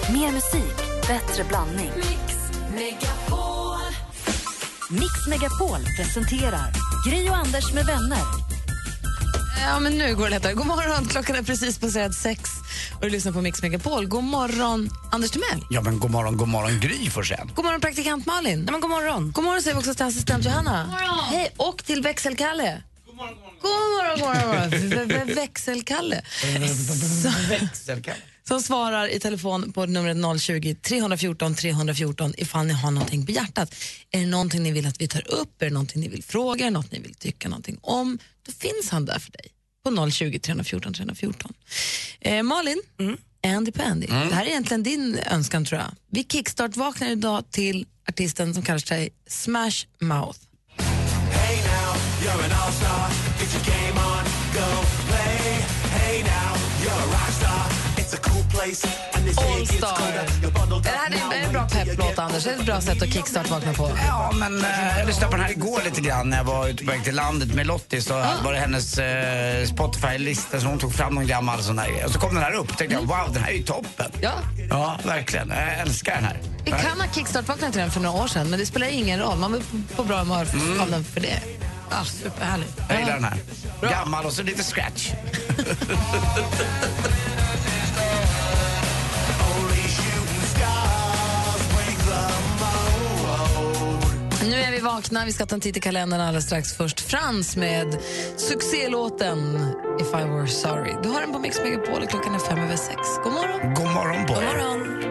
Mer musik, bättre blandning. Mix Megapol presenterar Gry och Anders med vänner. Ja, men nu går det lättare. God morgon, klockan är precis passerat 6 och du lyssnar på Mix Megapol. God morgon, Anders Timell. Ja, men god morgon, Gry för sen. God morgon, praktikant Malin. Ja, men god morgon. God morgon säger vi också till assistent Johanna. Hej, och till växelkalle. God morgon. Växelkalle. Som svarar i telefon på numret 020-314 314 ifall ni har någonting på hjärtat. Är det någonting ni vill att vi tar upp? Är det någonting ni vill fråga? Är det något ni vill tycka någonting om? Då finns han där för dig på 020-314 314. Malin, Andy på Andy. Det här är egentligen din önskan, tror jag. Vi kickstart-vaknar idag till artisten som kallar sig Smash Mouth. Hey now, you're an all-star. Get your game on, go play. Hey now, you're a rockstar. It's a cool place. All-star. Det här är en bra pepplåt, Anders. Det är ett bra sätt att kickstart-vakna på. Ja, men jag lyssnade på den här igår lite grann när jag var ute på väg till landet med Lottie. Så var det hennes Spotify-lista som hon tog fram någon gammal sån här. Och så kom den här upp och tänkte jag, wow, den här är ju toppen. Ja, verkligen. Jag älskar den här. Vi kan ha kickstart-vaknat till den för några år sedan, men det spelar ingen roll. Man vill på bra humör av den för det. Ja, superhärlig. Jag gillar den här. Bra. Gammal och så lite scratch. Nu är vi vakna, vi ska ta en titt i kalendern alldeles strax. Först Frans med succélåten If I Were Sorry. Du har den på Mix Megapol och klockan är 5:06. God morgon. God morgon på God er. morgon.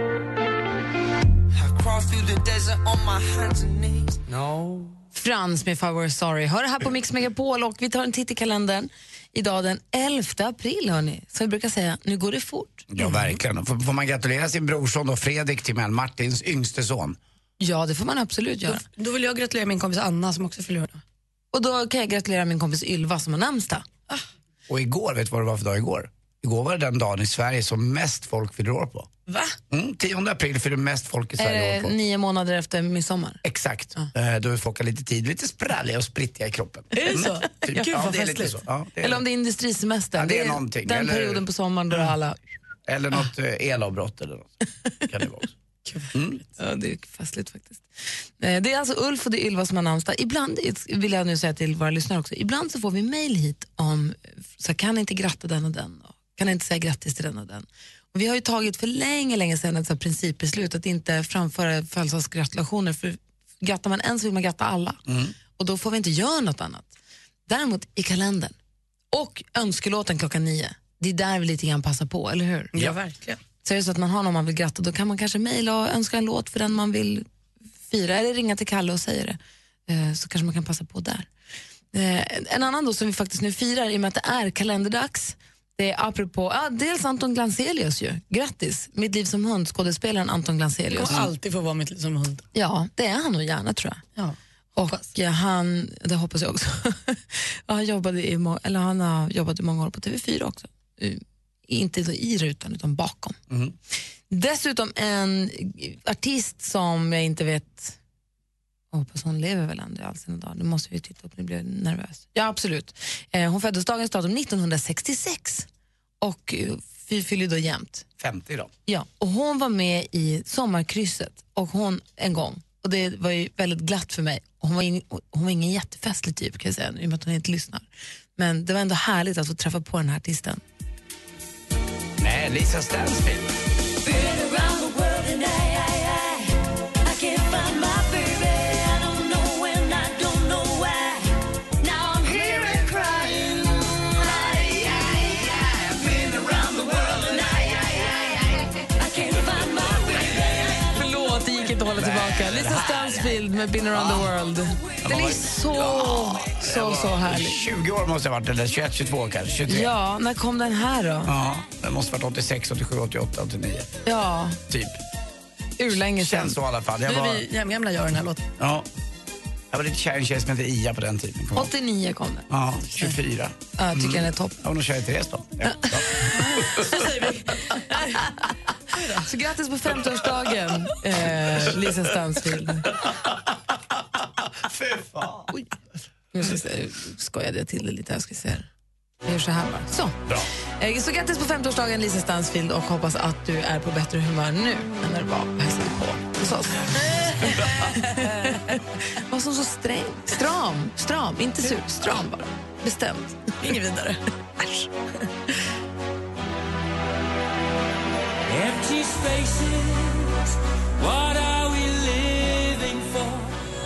Frans med If I Were Sorry. Hör det här på Mix Megapol och vi tar en titt i kalendern. Idag den 11 april, hörni. Så vi brukar säga, nu går det fort. Ja, verkligen. Får man gratulera sin brorson då, Fredrik Timell, Martins yngste son? Ja, det får man absolut göra. Då vill jag gratulera min kompis Anna som också fyller år. Och då kan jag gratulera min kompis Ylva som har namnsdag. Och igår, vet du vad det var för dag igår? Igår var det den dagen i Sverige som mest folk fyller år på. Va? 10 april fyller mest folk i Sverige år på. 9 månader efter midsommar. Exakt. Då är folk lite tid, lite spralliga och sprittiga i kroppen. Är det så? Typ. Gud, vad det är lite festligt. så. Ja, det är Eller om det är industrisemester. Ja, det är någonting. Den Eller perioden på sommaren då alla... Eller något elavbrott eller något. Kan det vara också. Ja, det är festligt faktiskt. Det är alltså Ulf och det är Ylva som har namnsdag. Ibland, vill jag nu säga till våra lyssnare också, ibland så får vi mejl hit om, så kan inte gratta den och den, och kan inte säga grattis till den och den. Och vi har ju tagit för länge sedan ett så principbeslut att inte framföra födelsedagsgratulationer, för grattar man en så vill man gratta alla. Och då får vi inte göra något annat. Däremot i kalendern och önskelåten klockan 9, det är där vi lite grann passar på, eller hur? Ja, verkligen. Så är det så att man har någon man vill gratta, då kan man kanske mejla och önska en låt för den man vill fira, eller ringa till Kalle och säga det. Så kanske man kan passa på där. En annan då som vi faktiskt nu firar, i och med att det är kalenderdags, det är apropå, dels Anton Glanzelius ju. Grattis, Mitt liv som hund, skådespelaren Anton Glanzelius. Jag alltid får vara mitt liv som hund. Ja, det är han nog gärna, tror jag. Ja. Och han, det hoppas jag också. Han har jobbat i många år på TV4 också. Inte i rutan utan bakom. Dessutom en artist som jag inte vet, hoppas hon lever väl ändå i all sina dagar. Nu måste vi titta upp, nu blir jag nervös. Ja, absolut. Hon föddes dagens datum 1966 och fyller då jämt 50 då. Ja, och hon var med i Sommarkrysset och hon en gång, och det var ju väldigt glatt för mig. Hon var ingen jättefestlig typ, kan jag säga, i och med att hon inte lyssnar. Men det var ändå härligt att få träffa på den här artisten. Nej, Lisa Stansfield. Förlåt, det gick inte att hålla tillbaka. Lisa Stansfield med Been around the world. Den är så härlig. 20 år måste jag ha varit, eller 21, 22 kanske, 23. Ja, när kom den här då? Ja, den måste ha varit 86, 87, 88, 89. Ja, Typ. urlänge sedan. Känns så i alla fall. Nu är vi jämngamla gör den här låten. Ja. Jag var lite kär i en tjej som hette Ia på den tiden. 89 kom den. Ja, 24. Ja, jag tycker den är topp. Ja, hon har kär i Therese då. Ja. Så säger vi. Så grattis på 50-årsdagen, Lisa Stansfield. Fy fan. Nu skojade jag till det lite. Jag ska se. Jag gör så här bara. Så. Bra. Så grattis på 50-årsdagen Lisa Stansfield och hoppas att du är på bättre humör nu än när du var och hälsade på hos oss. Vad som så sträng. Stram, inte sur, stram bara. Bestämt. Inget vidare. Äsch. Empty spaces, what are we living for?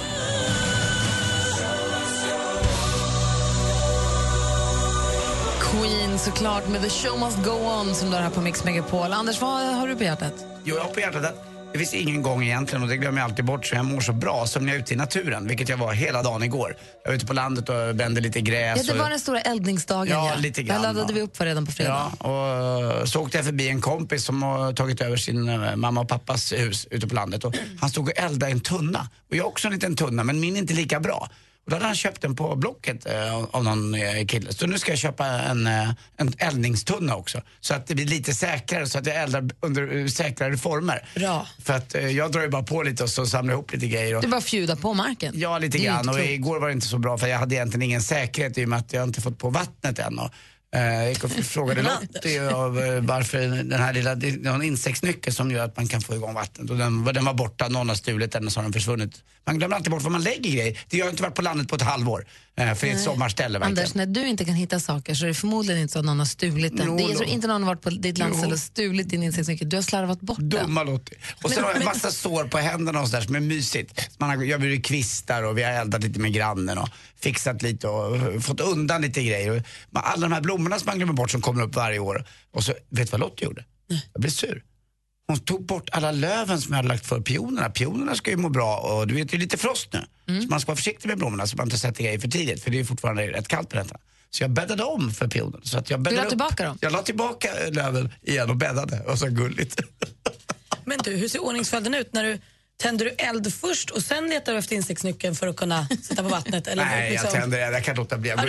Queen såklart med The Show Must Go On som du har här på Mix Megapol. Anders, vad har du på hjärtat? Jo, jag har på hjärtat att det finns ingen gång egentligen, och det glömmer jag alltid bort, så jag mår så bra som när jag är ute i naturen, vilket jag var hela dagen igår. Jag var ute på landet och brände lite gräs. Ja, det var den stora eldningsdagen. Ja, lite grann. Där laddade vi upp för redan på fredag. Ja, och så åkte jag förbi en kompis som har tagit över sin mamma och pappas hus ute på landet. Och han stod och eldade en tunna. Och jag har också en liten tunna, men min är inte lika bra. Och då hade han köpt den på Blocket av någon kille. Så nu ska jag köpa en eldningstunna också. Så att det blir lite säkrare, så att jag eldar under säkrare former. Bra. För att jag drar ju bara på lite och så samlar ihop lite grejer. Och... Du bara fjuda på marken. Ja, lite grann. Och igår var det inte så bra, för jag hade egentligen ingen säkerhet i och med att jag inte fått på vattnet än. Och jag gick och frågade Lottie varför den här lilla, det är en insektsnyckel som gör att man kan få igång vattnet. Och den var borta, någon har stulit den och så har den försvunnit. Man glömmer alltid bort var man lägger grejer. Det har jag inte varit på landet på ett halvår. För det är ett sommarställe verkligen. Anders, när du inte kan hitta saker så är det förmodligen inte så att någon har stulit den. Jag tror inte någon har varit på ditt landställe och stulit din insektsnyckel. Du har slarvat bort den. Dumma Lottie. Och sen har jag en massa sår på händerna och sådär som är mysigt. Jag blir kvistar och vi har eldat lite med grannen och fixat lite och fått undan lite grejer. Alla de här blommorna som man glömmer bort som kommer upp varje år. Och så, vet du vad Lottie gjorde? Jag blev sur. Hon tog bort alla löven som jag hade lagt för pionerna. Pionerna ska ju må bra och du vet, det är lite frost nu. Så man ska vara försiktig med blommorna så man inte sätter grejer för tidigt. För det är fortfarande rätt kallt på detta. Så jag bäddade om för pionerna. Så att jag du la tillbaka dem? Jag la tillbaka löven igen och bäddade. Och så gulligt. Men du, hur ser ordningsföljden ut när du... Tänder du eld först och sen letar du efter insektsnyckeln för att kunna sätta på vattnet? Eller nej, liksom... jag tänder eld. Jag kan låta bli.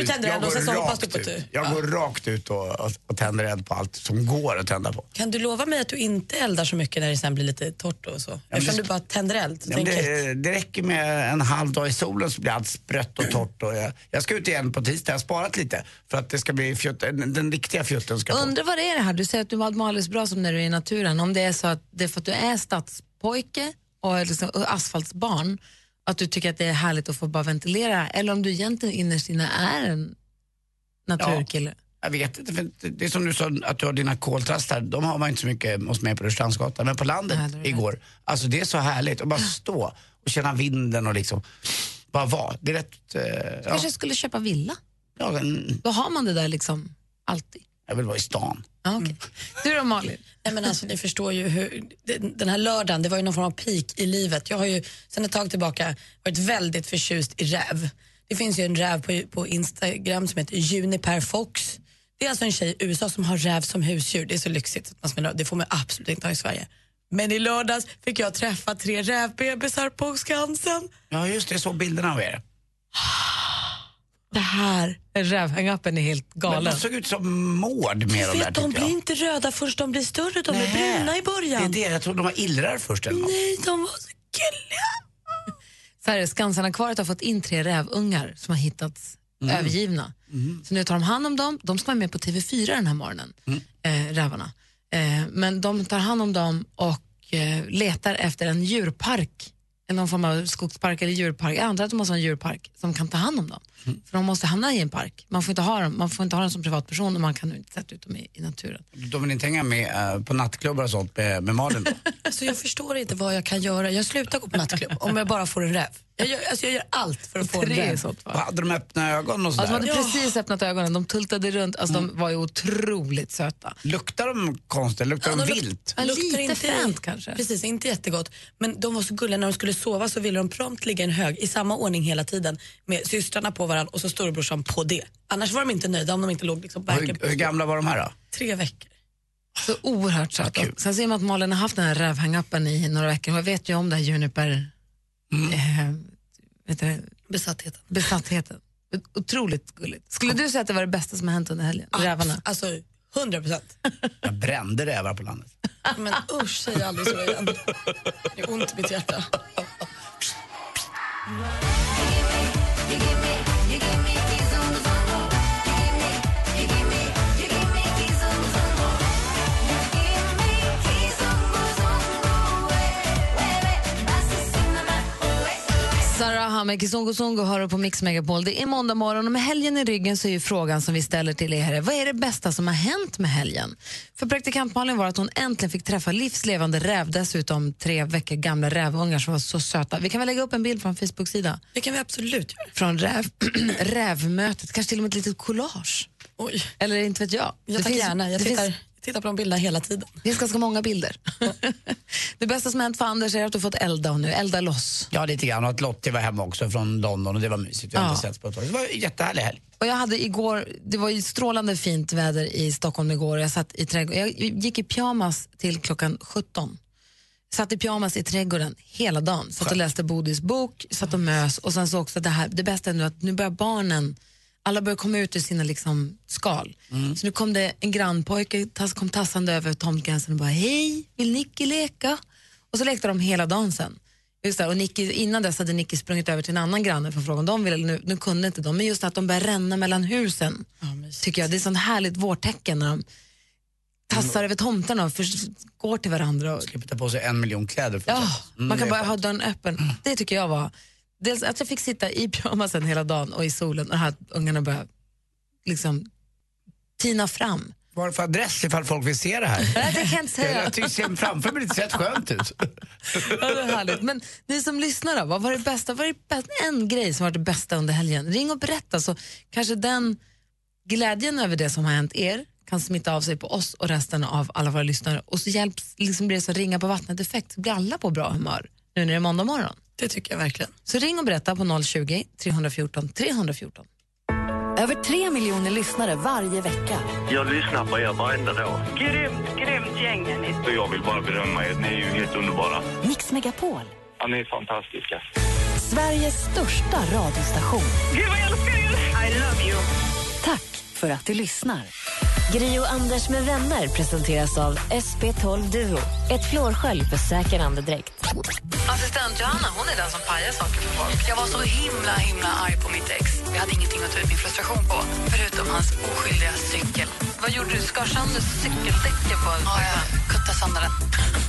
Jag går rakt ut och tänder eld på allt som går att tända på. Kan du lova mig att du inte eldar så mycket när det sen blir lite torrt och så? Eftersom du bara tänder eld. Det räcker med en halv dag i solen så blir allt sprött och torrt. Och jag ska ut igen på tisdag. Jag har sparat lite för att det ska bli den riktiga fjutten ska på. Undrar vad det är det här? Du säger att du var alldeles bra som när du är i naturen. Om det är så att det är för att du är stadspojke och liksom asfaltsbarn, att du tycker att det är härligt att få bara ventilera, eller om du egentligen innerst inne är en naturkille. Ja, jag vet inte, för det är som du sa att du har dina koltrastar, de har man inte så mycket hos mig på Rörstrandsgatan, men på landet igår, alltså det är så härligt att bara stå och känna vinden och liksom bara vara. Det är rätt... Kanske skulle köpa villa? Ja, då har man det där liksom alltid. Jag vill vara i stan. Okay. Du då, Malin? Nej, men alltså, ni förstår ju hur den här lördagen, det var ju någon form av peak i livet. Jag har ju sedan ett tag tillbaka varit väldigt förtjust i räv. Det finns ju en räv på Instagram som heter Juniper Fox. Det är alltså en tjej i USA som har räv som husdjur. Det är så lyxigt att det får man absolut inte ha i Sverige. Men i lördags fick jag träffa 3 rävbebisar på Skansen. Ja, just det, så bilderna av er. Det här rävhängappen är helt galen. Men de såg ut som mord med de där, de blir inte röda först de blir större, de är bruna i början. Det är det, jag tror de var illrar först eller något. Nej, de var så gulliga. Skansen-akvariet har fått in 3 rävungar som har hittats övergivna. Så nu tar de hand om dem. De ska vara med på TV4 den här morgonen, rävarna. Men de tar hand om dem och letar efter en djurpark. Någon form av skogspark eller djurpark. Jag antar att de måste ha en djurpark som kan ta hand om dem. För de måste hamna i en park. Man får inte ha dem som privatperson och man kan inte sätta ut dem i naturen. De vill inte hänga med på nattklubbar och sånt med Malin då? Alltså jag förstår inte vad jag kan göra. Jag slutar gå på nattklubb om jag bara får en räv. Jag gör allt för att få en räv. Hade de öppna ögon och sådär? Alltså, de hade precis öppnat ögonen. De tultade runt. Alltså, de var ju otroligt söta. Luktar de konstigt? Luktar de vilt? Luktar lite fränt kanske. Precis, inte jättegott. Men de var så gulliga. När de skulle sova så ville de prompt ligga i en hög i samma ordning hela tiden med systrarna på varandra och så storebrorsan på det. Annars var de inte nöjda om de inte låg liksom hur gamla var de här då? 3 veckor. Så oerhört söta. Sen ser man att Malin har haft den här rävhängappen i några veckor. Jag vet ju om det här Juniper... Besattheten. Otroligt gulligt. Skulle du säga att det var det bästa som har hänt under helgen? Rävarna? Alltså 100%. Jag brände rävar på landet. Men usch, säg aldrig så igen. Det är ont i mitt hjärta. Abraham med Kizungo Zungo hör på Mix Megapol. Det är måndag morgon och med helgen i ryggen så är ju frågan som vi ställer till er: vad är det bästa som har hänt med helgen? För praktikant Malin var att hon äntligen fick träffa livslevande räv, dessutom 3 veckor gamla rävungar som var så söta. Vi kan väl lägga upp en bild från Facebook-sida? Det kan vi absolut göra. Från rävmötet, kanske till och med ett litet collage. Oj. Eller inte vet jag. Jag tar gärna, jag tittar på de bilderna hela tiden. Det finns ganska många bilder. Det bästa som hänt för Anders är att du fått elda och nu elda loss. Ja, lite grann. Och att Lottie var hemma också från London och det var mysigt. Vi har inte sett på ett tag. Det var en jättehärlig helg. Och jag hade igår, det var ju strålande fint väder i Stockholm igår. Jag satt i trädgården. Jag gick i pyjamas till klockan 17. Satt i pyjamas i trädgården hela dagen. Satt och läste Bodis bok, satt och mös. Och sen så också det bästa är nu att nu börjar barnen, alla börjar komma ut ur sina liksom skal. Så nu kom det en grannpojke, kom tassande över tomtgränsen och bara: hej, vill Nicky leka? Och så lekte de hela dagen sen. Just det, och innan dess hade Nicky sprungit över till en annan granne för att fråga om de ville. Nu kunde inte de, men just att de börjar ränna mellan husen tycker jag, det är sånt härligt vårtecken när de tassar över tomtarna och går till varandra. Och slipper ta på sig 1 miljon kläder. Man kan bara ha dörren öppen. Det tycker jag var, dels att jag fick sitta i pyjamasen hela dagen och i solen och här ungarna börjar liksom tina fram. Vad är för adress ifall folk vill se det här? Nej, det kan jag inte säga. Jag tycker framför mig lite sett skönt ut. Ja, det är härligt. Men ni som lyssnar då, vad var det bästa? Vad är det bästa? En grej som var det bästa under helgen? Ring och berätta, så kanske den glädjen över det som har hänt er kan smitta av sig på oss och resten av alla våra lyssnare. Och så hjälps liksom det som ringa på vattnet-effekt, så blir alla på bra humör nu när det är måndag morgon. Det tycker jag verkligen. Så ring och berätta på 020-314 314. Över 3 miljoner lyssnare varje vecka. Jag lyssnar på er varenda dag. Grymt gäng är ni. Så jag vill bara berömma er. Ni är ju helt underbara. Mix Megapol. Ja, ni är fantastiska. Sveriges största radiostation. Gud vad jag älskar er! I love you. Tack för att du lyssnar. Gri och Anders med vänner presenteras av SP12 Duo. Ett flårskölj för säker andedräkt. Assistent Johanna, hon är den som pajar saker för folk. Jag var så himla arg på mitt ex. Jag hade ingenting att ta ut min frustration på, förutom hans oskyldiga cykel. Vad gjorde du? Skar sönder cykeldäcken på en? Ja, jag kuttade sönder den.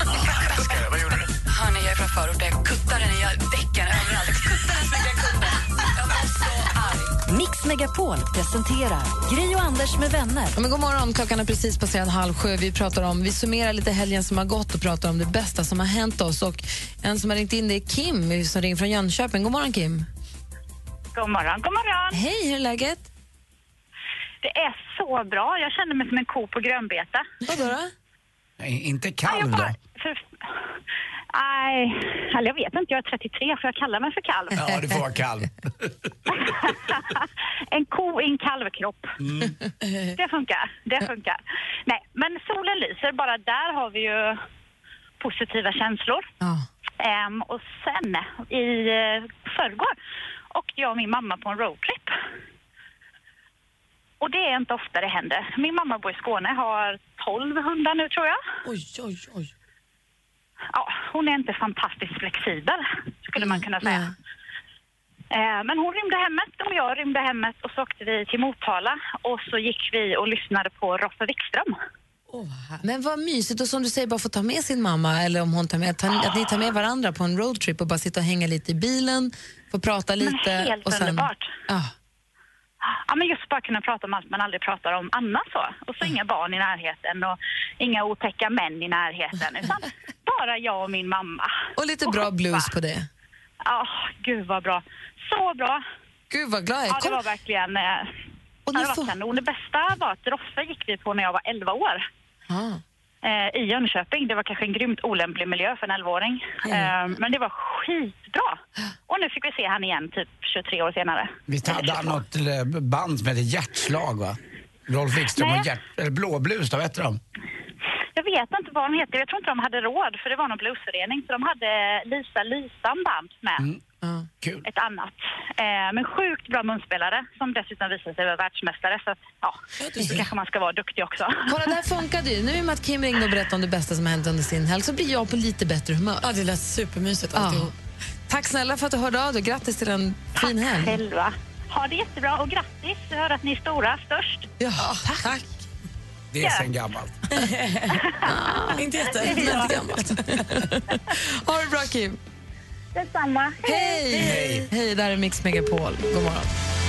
Vad gjorde du? Hörni, jag är från förort. Jag kuttade den i däcken överallt. Jag kuttade så mycket jag kunde. Jag var så arg. Mix Megapol presenterar Gri och Anders med vänner. Ja, men god morgon, klockan är precis passerat 6:30. Vi summerar lite helgen som har gått och pratar om det bästa som har hänt oss. Och en som har ringt in, det är Kim som ringer från Jönköping. God morgon, Kim. God morgon. Hej, hur är läget? Det är så bra. Jag känner mig som en ko på grönbete. Vadå då? Nej, inte kalv då? Nej, eller jag vet inte. Jag är 33, för jag kallar mig för kalv. Ja, det får vara kalv. En ko i en kalvkropp. Det funkar. Nej, men solen lyser. Bara där har vi ju positiva känslor. Ja. Och sen i förrgår åkte jag och min mamma på en roadtrip. Och det är inte ofta det händer. Min mamma bor i Skåne, har 12 hundar nu tror jag. Oj. Ja, hon är inte fantastiskt flexibel, skulle man kunna säga. Men hon rymde hemmet och jag rymde hemmet och så åkte vi till Motala och så gick vi och lyssnade på Roffe Wikström. Men vad mysigt, och som du säger, bara få ta med sin mamma, eller om hon tar med, att ni tar med varandra på en roadtrip och bara sitta och hänga lite i bilen, få prata lite. Men helt och sen, underbart. Ja, men just bara kunna prata om allt man aldrig pratar om annars så. Och så inga barn i närheten och inga otäcka män i närheten, utan bara jag och min mamma. Och lite bra blues på det. Ja, gud vad bra. Så bra. Gud vad glad jag är. Ja, det var verkligen... Och det var kanon. Det bästa var att Roffe gick vi på när jag var 11 år. I Jönköping. Det var kanske en grymt olämplig miljö för en 11-åring. Men det var skitbra. Och nu fick vi se han igen typ 23 år senare. Visst hade han något band som heter Hjärtslag, va? Rolf Wikström och eller Blåblus, då vet du dem? Jag vet inte vad de heter. Jag tror inte de hade råd, för det var någon bluesförening. Så de hade Lisan band med. Kul. Ett annat. Men sjukt bra munspelare som dessutom visade sig vara världsmästare. Så så kanske man ska vara duktig också. Kolla, det här funkade ju. Nu är att Kim ringde och berättade om det bästa som har hänt under sin helg, så blir jag på lite bättre humör. Ja, det lät supermysigt alltihop. Tack snälla för att du hörde av dig. Grattis till en fin helg. Tack själva. Ha det jättebra och grattis. Jag hör att ni är stora, störst. Ja, tack. Det är sen gammalt. Inte jättegammalt. Ha det bra, Kim. detsamma. Hej! Hej, där är Mix Megapol. God morgon.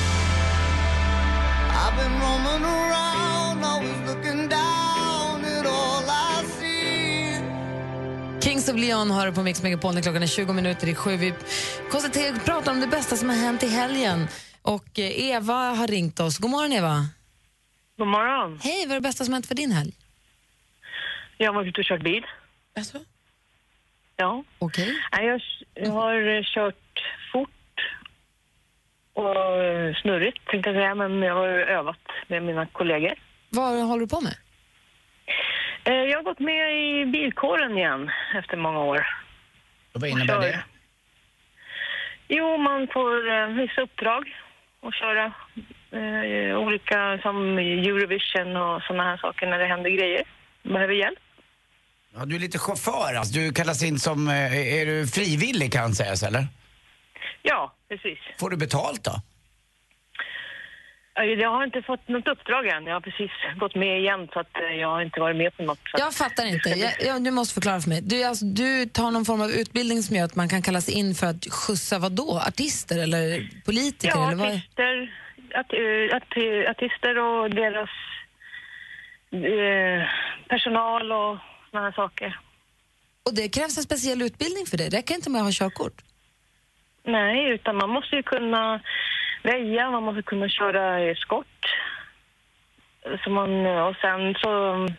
I've been roaming around, always looking down at all I see. Kings of Leon har på Mix Megapol när klockan är 7:20. Vi pratar om det bästa som har hänt i helgen. Och Eva har ringt oss. God morgon, Eva. God morgon. Hej, vad är det bästa som har hänt för din helg? Jag var ute och kört bil. Alltså? Ja. Okej. Nej, jag har kört fort och snurrigt tänkte jag säga, men jag har övat med mina kollegor. Vad håller du på med? Jag har gått med i bilkåren igen efter många år. Och vad innebär det? Jo, man får vissa uppdrag och köra olika som Eurovision och såna här saker när det händer grejer. Behöver hjälp. Ja, du är lite chaufför, alltså. Du kallas in som, är du frivillig kan sägas, eller? Ja, precis. Får du betalt då? Jag har inte fått något uppdrag än. Jag har precis gått med igen så att jag har inte varit med på något. Så Jag fattar inte. Du måste förklara för mig. Du tar någon form av utbildning som gör att man kan kallas in för att skjutsa vad då? Artister eller politiker? Ja, eller vad? artister och deras personal och såna här saker. Och det krävs en speciell utbildning för det? Räcker inte med att ha körkort? Nej, utan man måste ju kunna väja, man måste kunna köra skott. Så och sen så,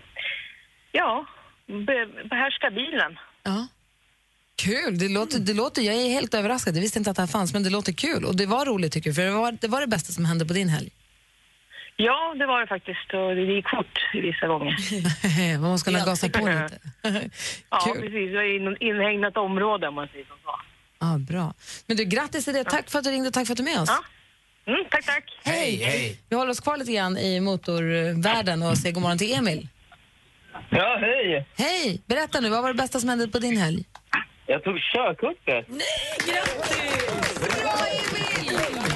ja, behärska bilen. Ja. Kul, det låter, jag är helt överraskad. Jag visste inte att det här fanns, men det låter kul. Och det var roligt tycker jag, för det var det bästa som hände på din helg. Ja, det var det faktiskt. Och det gick fort i vissa gånger. Man måste kunna gasa på lite. Ja, precis. Jag är i något inhägnat område om man säger så. Ja, bra. Men du, grattis till det. Tack för att du ringde och tack för att du är med oss. Ja. Tack. Hej. Vi håller oss kvar lite grann i motorvärlden och säger god morgon till Emil. Ja, hej. Hej, berätta nu, vad var det bästa som hände på din helg? Jag tog körkortet. Nej, grattis! Bra, Emil!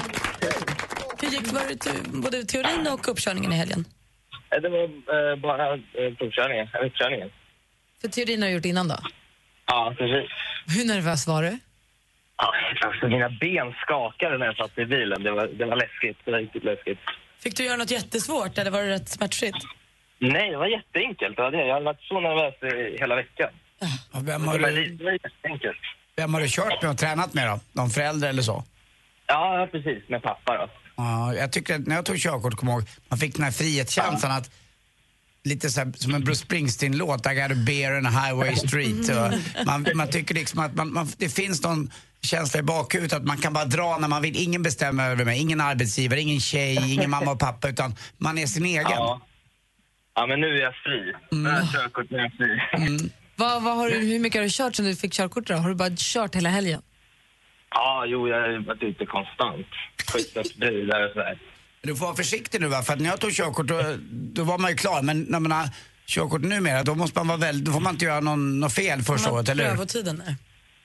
Hur gick både teorin och uppkörningen i helgen? Det var bara uppkörningen. För teorin har du gjort innan då? Ja, precis. Hur nervös var du? Ja, alltså, mina ben skakade när jag satt i bilen. Det var läskigt, det var riktigt läskigt. Fick du göra något jättesvårt eller var det rätt smärtfritt? Nej, det var jätteenkelt. Jag har varit så nervös hela veckan. Ja, Det var jätteenkelt. Vem har du kört med och tränat med då? Någon förälder eller så? Ja, precis. Med pappa då. Ja, jag tycker att när jag tog körkort, kom ihåg, man fick den här frihetskänslan att lite så här, som en Bruce Springsteen-låt, I got a beer on a highway street. Och man tycker liksom att det finns någon känsla i bakhuvudet att man kan bara dra när man vill. Ingen bestämmer över mig, ingen arbetsgivare, ingen tjej, ingen mamma och pappa, utan man är sin egen. Ja, men nu är jag fri. Nu har jag körkort, nu är jag fri. Hur mycket har du kört sen du fick körkort då? Har du bara kört hela helgen? Ja, jo, jag har varit ute konstant. Skjutsat bilar och sådär. Du får vara försiktig nu, va? För att när jag tog körkort då var man ju klar. Men när man har körkort numera, då måste man vara då får man inte göra något fel första året, eller hur? Prövotiden är.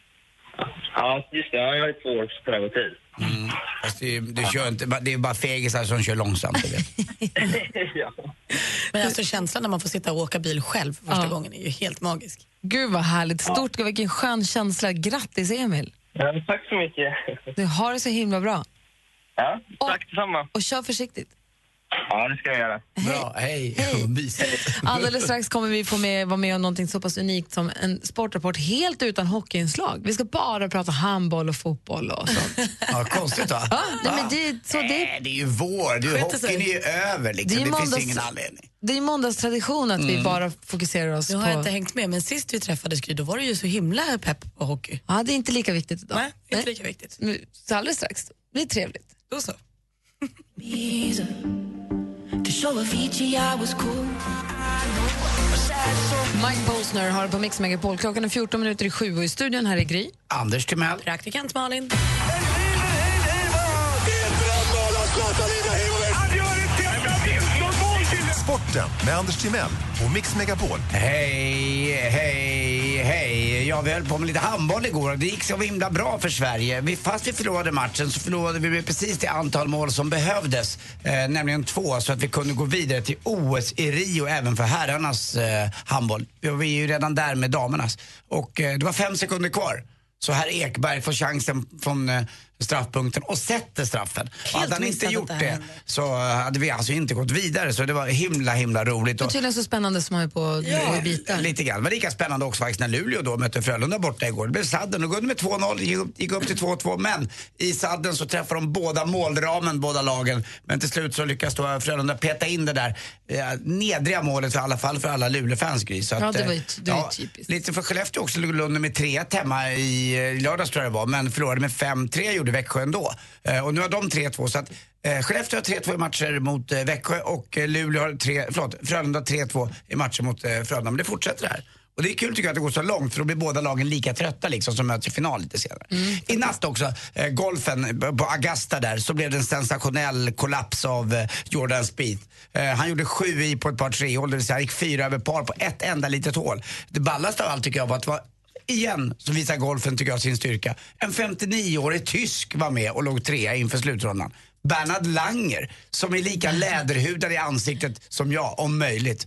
Ja, just det. Jag har 2 års prövotid. Fast det är bara fegisar som kör långsamt. Ja. Men alltså känslan när man får sitta och åka bil själv första gången är ju helt magisk. Gud vad härligt, stort, vilken skön känsla. Grattis Emil. Ja, tack så mycket. Du har det så himla bra. Ja, tack detsamma. Och kör försiktigt. Ja, det ska jag göra. Bra, hej. Alldeles strax kommer vi vara med om någonting så pass unikt som en sportrapport helt utan hockeyinslag. Vi ska bara prata handboll och fotboll och sånt. Ja, konstigt va? Ja, men det är ju vår, hockeyn är ju över liksom. Det finns ingen anledning. Det är måndagstradition att vi bara fokuserar oss på... Nu har jag inte hängt med, men sist vi träffades då var det ju så himla pepp på hockey. Ja, det är inte lika viktigt idag. Nej, inte lika viktigt. Så alldeles strax, det blir trevligt. Då så. Mike Posner har på Mix Megapol. Klockan är 14:07 och i studion här är Gry. Anders Timell. Praktikant Malin. Sporten med Anders Timell och Mix Megapol. Hej. Ja, vi höll på med lite handboll igår och det gick så himla bra för Sverige. Fast vi förlorade matchen så förlorade vi med precis det antal mål som behövdes. Nämligen 2, så att vi kunde gå vidare till OS i Rio även för herrarnas handboll. Vi är ju redan där med damernas. Och det var 5 sekunder kvar. Så här Ekberg får chansen från straffpunkten och sätter straffen. Och hade han inte gjort det så hade vi alltså inte gått vidare. Så det var himla roligt. Det är tydligen så spännande som man är på bitar. Lite grann. Det var lika spännande också faktiskt när Luleå då mötte Frölunda borta igår. Det blev sadden och gått med 2-0, gick upp till 2-2. Men i sadden så träffar de båda målramen, båda lagen. Men till slut så lyckas då Frölunda peta in det där nedriga målet, för i alla fall för alla Luleå-fans, Gry. Så att, det var typiskt. Lite för Skellefteå också, låg Lund med 3-1 hemma i lördags tror jag det var. Men förlorade med 5-3 gjorde Växjö ändå. Och nu har de 3-2 så att Skellefteå har 3-2 i matcher mot Växjö och Luleå har Frölunda 3-2 i matcher mot Frölunda. Men det fortsätter här. Och det är kul tycker jag att det går så långt, för då blir båda lagen lika trötta liksom, som möts i final lite senare. I natt också, golfen på Augusta där, så blev det en sensationell kollaps av Jordan Spieth. Han gjorde 7 i på ett par 3 hål, det vill säga han gick 4 över par på ett enda litet hål. Det ballaste av allt tycker jag var att det var igen så visar golfen tycker jag sin styrka. En 59-årig tysk var med och låg 3 inför slutrundan. Bernhard Langer, som är lika läderhudad i ansiktet som jag, om möjligt.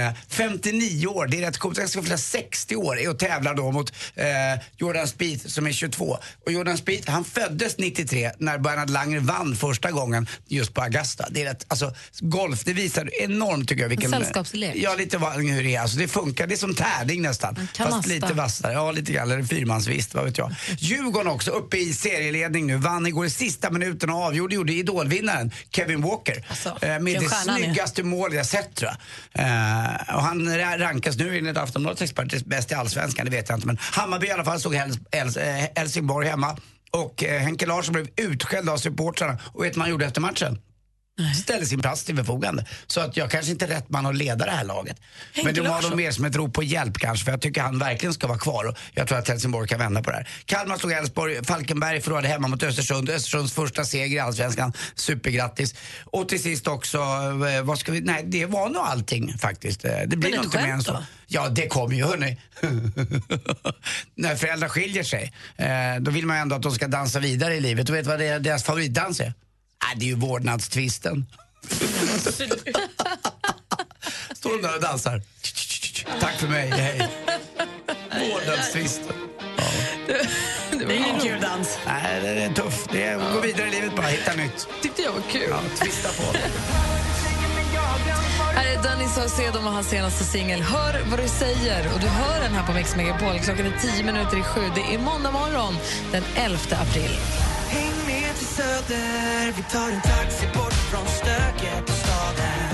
59 år, det är rätt coolt. Jag ska fylla 60 år och tävlar då mot Jordan Spieth som är 22. Och Jordan Spieth, han föddes 93 när Bernhard Langer vann första gången just på Augusta. Det är rätt, alltså golf, det visar enormt tycker jag vilken... sällskapslek. Ja, lite hur det är. Alltså, det funkar, det är som tävling nästan. Fast lite vassare. Ja, lite grann. Eller fyrmansvist, vad vet jag. Djurgården också, uppe i serieledning nu. Vann igår i sista minuten och gjorde idolvinnaren Kevin Walker med det snyggaste mål jag sett tror jag. Och han rankas nu enligt Aftonbladets experter bäst i allsvenskan, det vet jag inte, men Hammarby i alla fall såg Helsingborg hemma och Henke Larsson blev utskälld av supportrarna och vet vad man gjorde efter matchen? Ställer sin plats till förfogande. Så att jag kanske inte är rätt man att leda det här laget. Men det var nog mer som ett rop på hjälp kanske, för jag tycker han verkligen ska vara kvar och jag tror att Helsingborg kan vända på det här. Kalmar slog Elfsborg, Falkenberg förlorade hemma mot Östersund. Östersunds första seger i allsvenskan. Supergrattis. Och till sist också, vad ska vi... Nej, det var nog allting faktiskt. Det blir nog inte mer än så. Ja, det kommer ju, hörni. När föräldrar skiljer sig, då vill man ju ändå att de ska dansa vidare i livet. Och vet vad deras favoritdans är? Det är ju vårdnadstvisten. Står de där och dansar. Tack för mig, hej. Vårdnadstvisten. Ja. Det var ingen kul dans. Nej, det är tufft. Det är att gå vidare i livet, bara hitta nytt. Tyckte jag var kul. Ja, twista på. Här är Danny Saucedo med hans senaste singel. Hör vad du säger. Och du hör den här på Mix Megapol. Klockan är 7:10. Det är måndag morgon den 11 april. Häng med till Söder, vi tar en taxi bort från stöket på staden.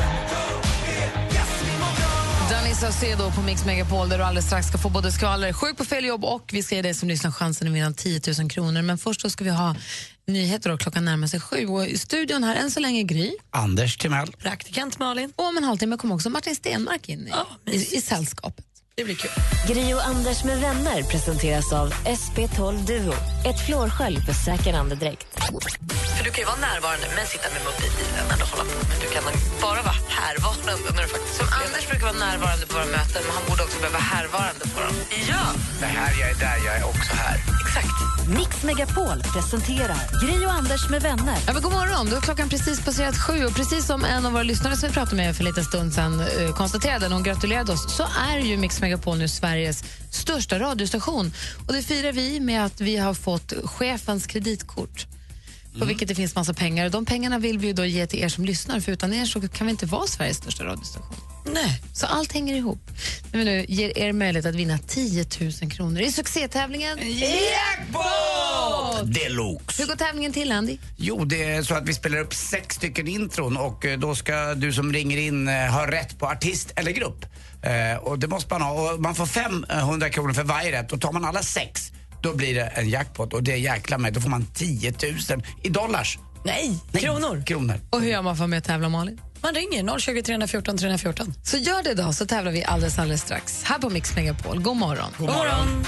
Danny Saucedo på Mix Megapol där du alldeles strax ska få både skvaller, sjuk på fel jobb och vi ska ge dig som lyssnar chansen att vinna 10 000 kronor. Men först då ska vi ha nyheter och klockan närmar sig 7. Och i studion här än så länge Gry. Anders Timell. Praktikant Malin. Och om en halvtimme kommer också Martin Stenmark in i sällskapet. Det blir kul. Gry och Anders med vänner presenteras av SP12 Duo. Ett flårskölj för säker andedräkt. För du kan ju vara närvarande men sitta med mobilen när du håller på. Men du kan bara vara härvarande när du faktiskt... Som Anders brukar vara närvarande på våra möten, men han borde också behöva vara härvarande på dem. Ja! Det här, jag är där, jag är också här. Exakt. Mix Megapol presenterar Gry och Anders med vänner. Ja, men god morgon, då är klockan precis passerat 7 och precis som en av våra lyssnare som vi pratade med för lite stund sedan konstaterade när hon gratulerade oss, så är ju Mix Megapol nu Sveriges största radiostation. Och det firar vi med att vi har fått chefens kreditkort. På vilket det finns massa pengar. Och de pengarna vill vi ju då ge till er som lyssnar, för utan er så kan vi inte vara Sveriges största radiostation. Nej. Så allt hänger ihop. Men nu ger er möjlighet att vinna 10 000 kronor i succétävlingen Jackpot Deluxe. Hur går tävlingen till, Andy? Jo, det är så att vi spelar upp 6 stycken intron och då ska du som ringer in ha rätt på artist eller grupp. Och det måste man ha. Och man får 500 kronor för varje rätt och tar man alla 6 då blir det en jackpot och det är jäkla med. Då får man 10 000 i dollars. Nej, kronor. Och hur gör man för med att tävla, Malin? Man ringer 020 314 314. Så gör det då, så tävlar vi alldeles strax här på Mix Megapol. God morgon. God morgon.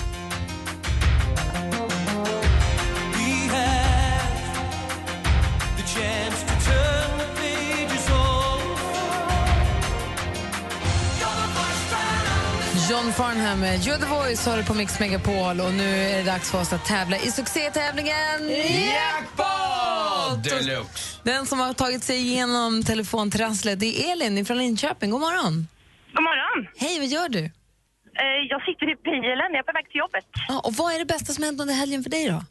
John Farnham, You're the Voice har du på Mix Megapol och nu är det dags för oss att tävla i succétävlingen Jackpot Deluxe. Den som har tagit sig igenom telefontrasslet, det är Elin från Linköping. God morgon. God morgon. Hej, vad gör du? Jag sitter i bilen, jag är på väg till jobbet. Ja, och vad är det bästa som hänt under helgen för dig då?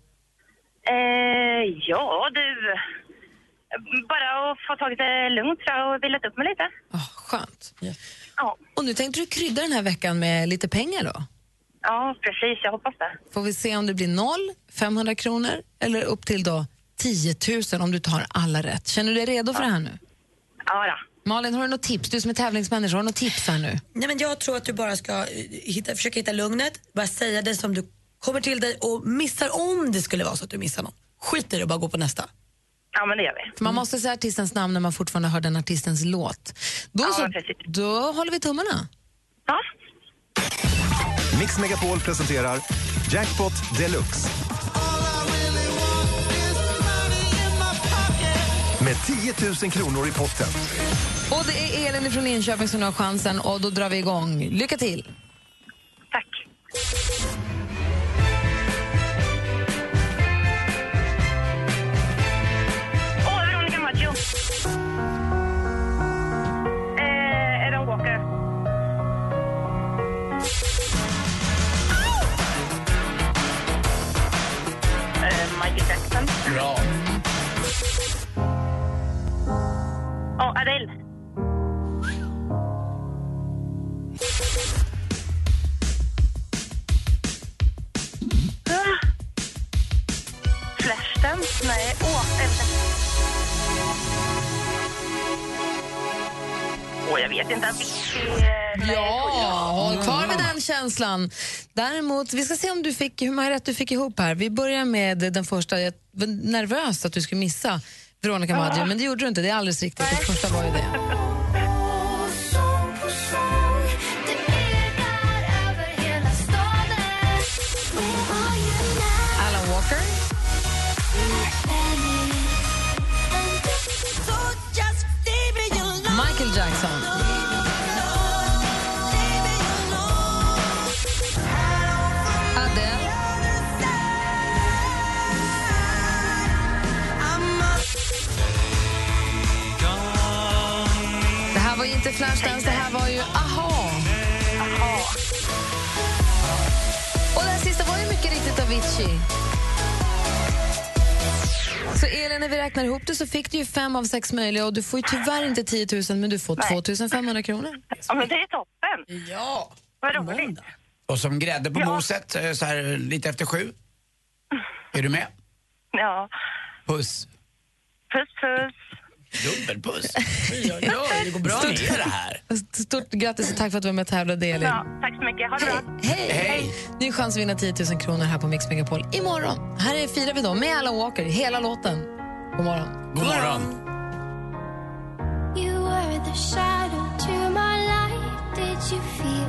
Ja, du... Bara att få tagit det lugnt och vilat upp mig lite. Skönt. Ja. Och nu tänkte du krydda den här veckan med lite pengar då? Ja, precis. Jag hoppas det. Får vi se om det blir 0, 500 kronor eller upp till då 10 000 om du tar alla rätt. Känner du dig redo för det här nu? Ja då. Malin, har du något tips? Du som är tävlingsmänniska, har du något tips här nu? Nej, men jag tror att du bara ska försöka hitta lugnet, bara säga det som du kommer till dig och missar om det skulle vara så att du missar någon. Skit i det och bara gå på nästa. Ja, men det gör vi. För man måste säga artistens namn när man fortfarande hör den artistens låt. Då håller vi tummarna. Ja. Mix Megapol presenterar Jackpot Deluxe. Med 10 000 kronor i potten. Och det är Elin från Linköping som har chansen och då drar vi igång. Lycka till! Tack. Veronica Maggio. Adam Walker. Michael Jackson. Bra. Adele. Flashdance? Nej. Jag vet inte. Håll kvar med den känslan. Däremot, vi ska se om du fick, hur många rätt du fick ihop här. Vi börjar med den första. Jag var nervös att du skulle missa Veronica Maggio, men det gjorde du inte. Det är alldeles riktigt. Det första var ju det. Alan Walker. Michael Jackson. Adele. Det här var ju inte Flashdance, det här var ju Aha. Och det här sista var ju mycket riktigt Avicii. Så Elin, när vi räknar ihop det så fick du ju 5 av 6 möjliga och du får ju tyvärr inte 10 000 men du får 2 500 kronor. Ja, men det är toppen. Ja, vad roligt. Och som grädde på moset så här lite efter 7. Är du med? Ja. Puss. Puss, puss. Dubbelpuss. Det går bra. Vad är det här? Stort grattis och tack för att du var med och tävlade, Elin. Ja, tack så mycket. Ha det bra. Hej! Ny chans att vinna 10 000 kronor här på Mix Megapol imorgon. Här är firar vi då med Alan Walker, hela låten. God morgon. God morgon. You were the shadow to my light. Did you feel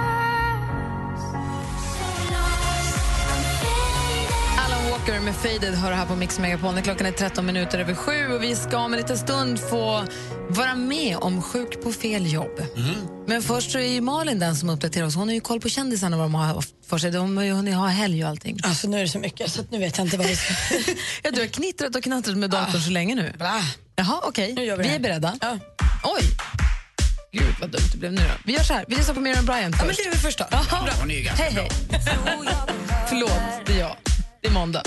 Alan Walker med Faded hör här på Mix Megapol. Klockan är 13 minuter över 7 och vi ska om en liten stund få vara med om Sjuk på fel jobb. Men först så är ju Malin den som uppdaterar oss. Hon har ju koll på kändisarna vad de har för sig. Hon har helg och allting. Alltså nu är det så mycket så att nu vet jag inte vad det ska. Ja, du har knittrat och knattrat med datorn så länge nu. Jaha, okej. Vi är beredda. Ja. Oj! Gud vad dumt det blev nu då. Vi gör så här, vi lyssnar på Miriam Bryant först. Ja, men det är vi först då. Hon är ju ganska Hej. Förlåt, det är jag. Det är måndag.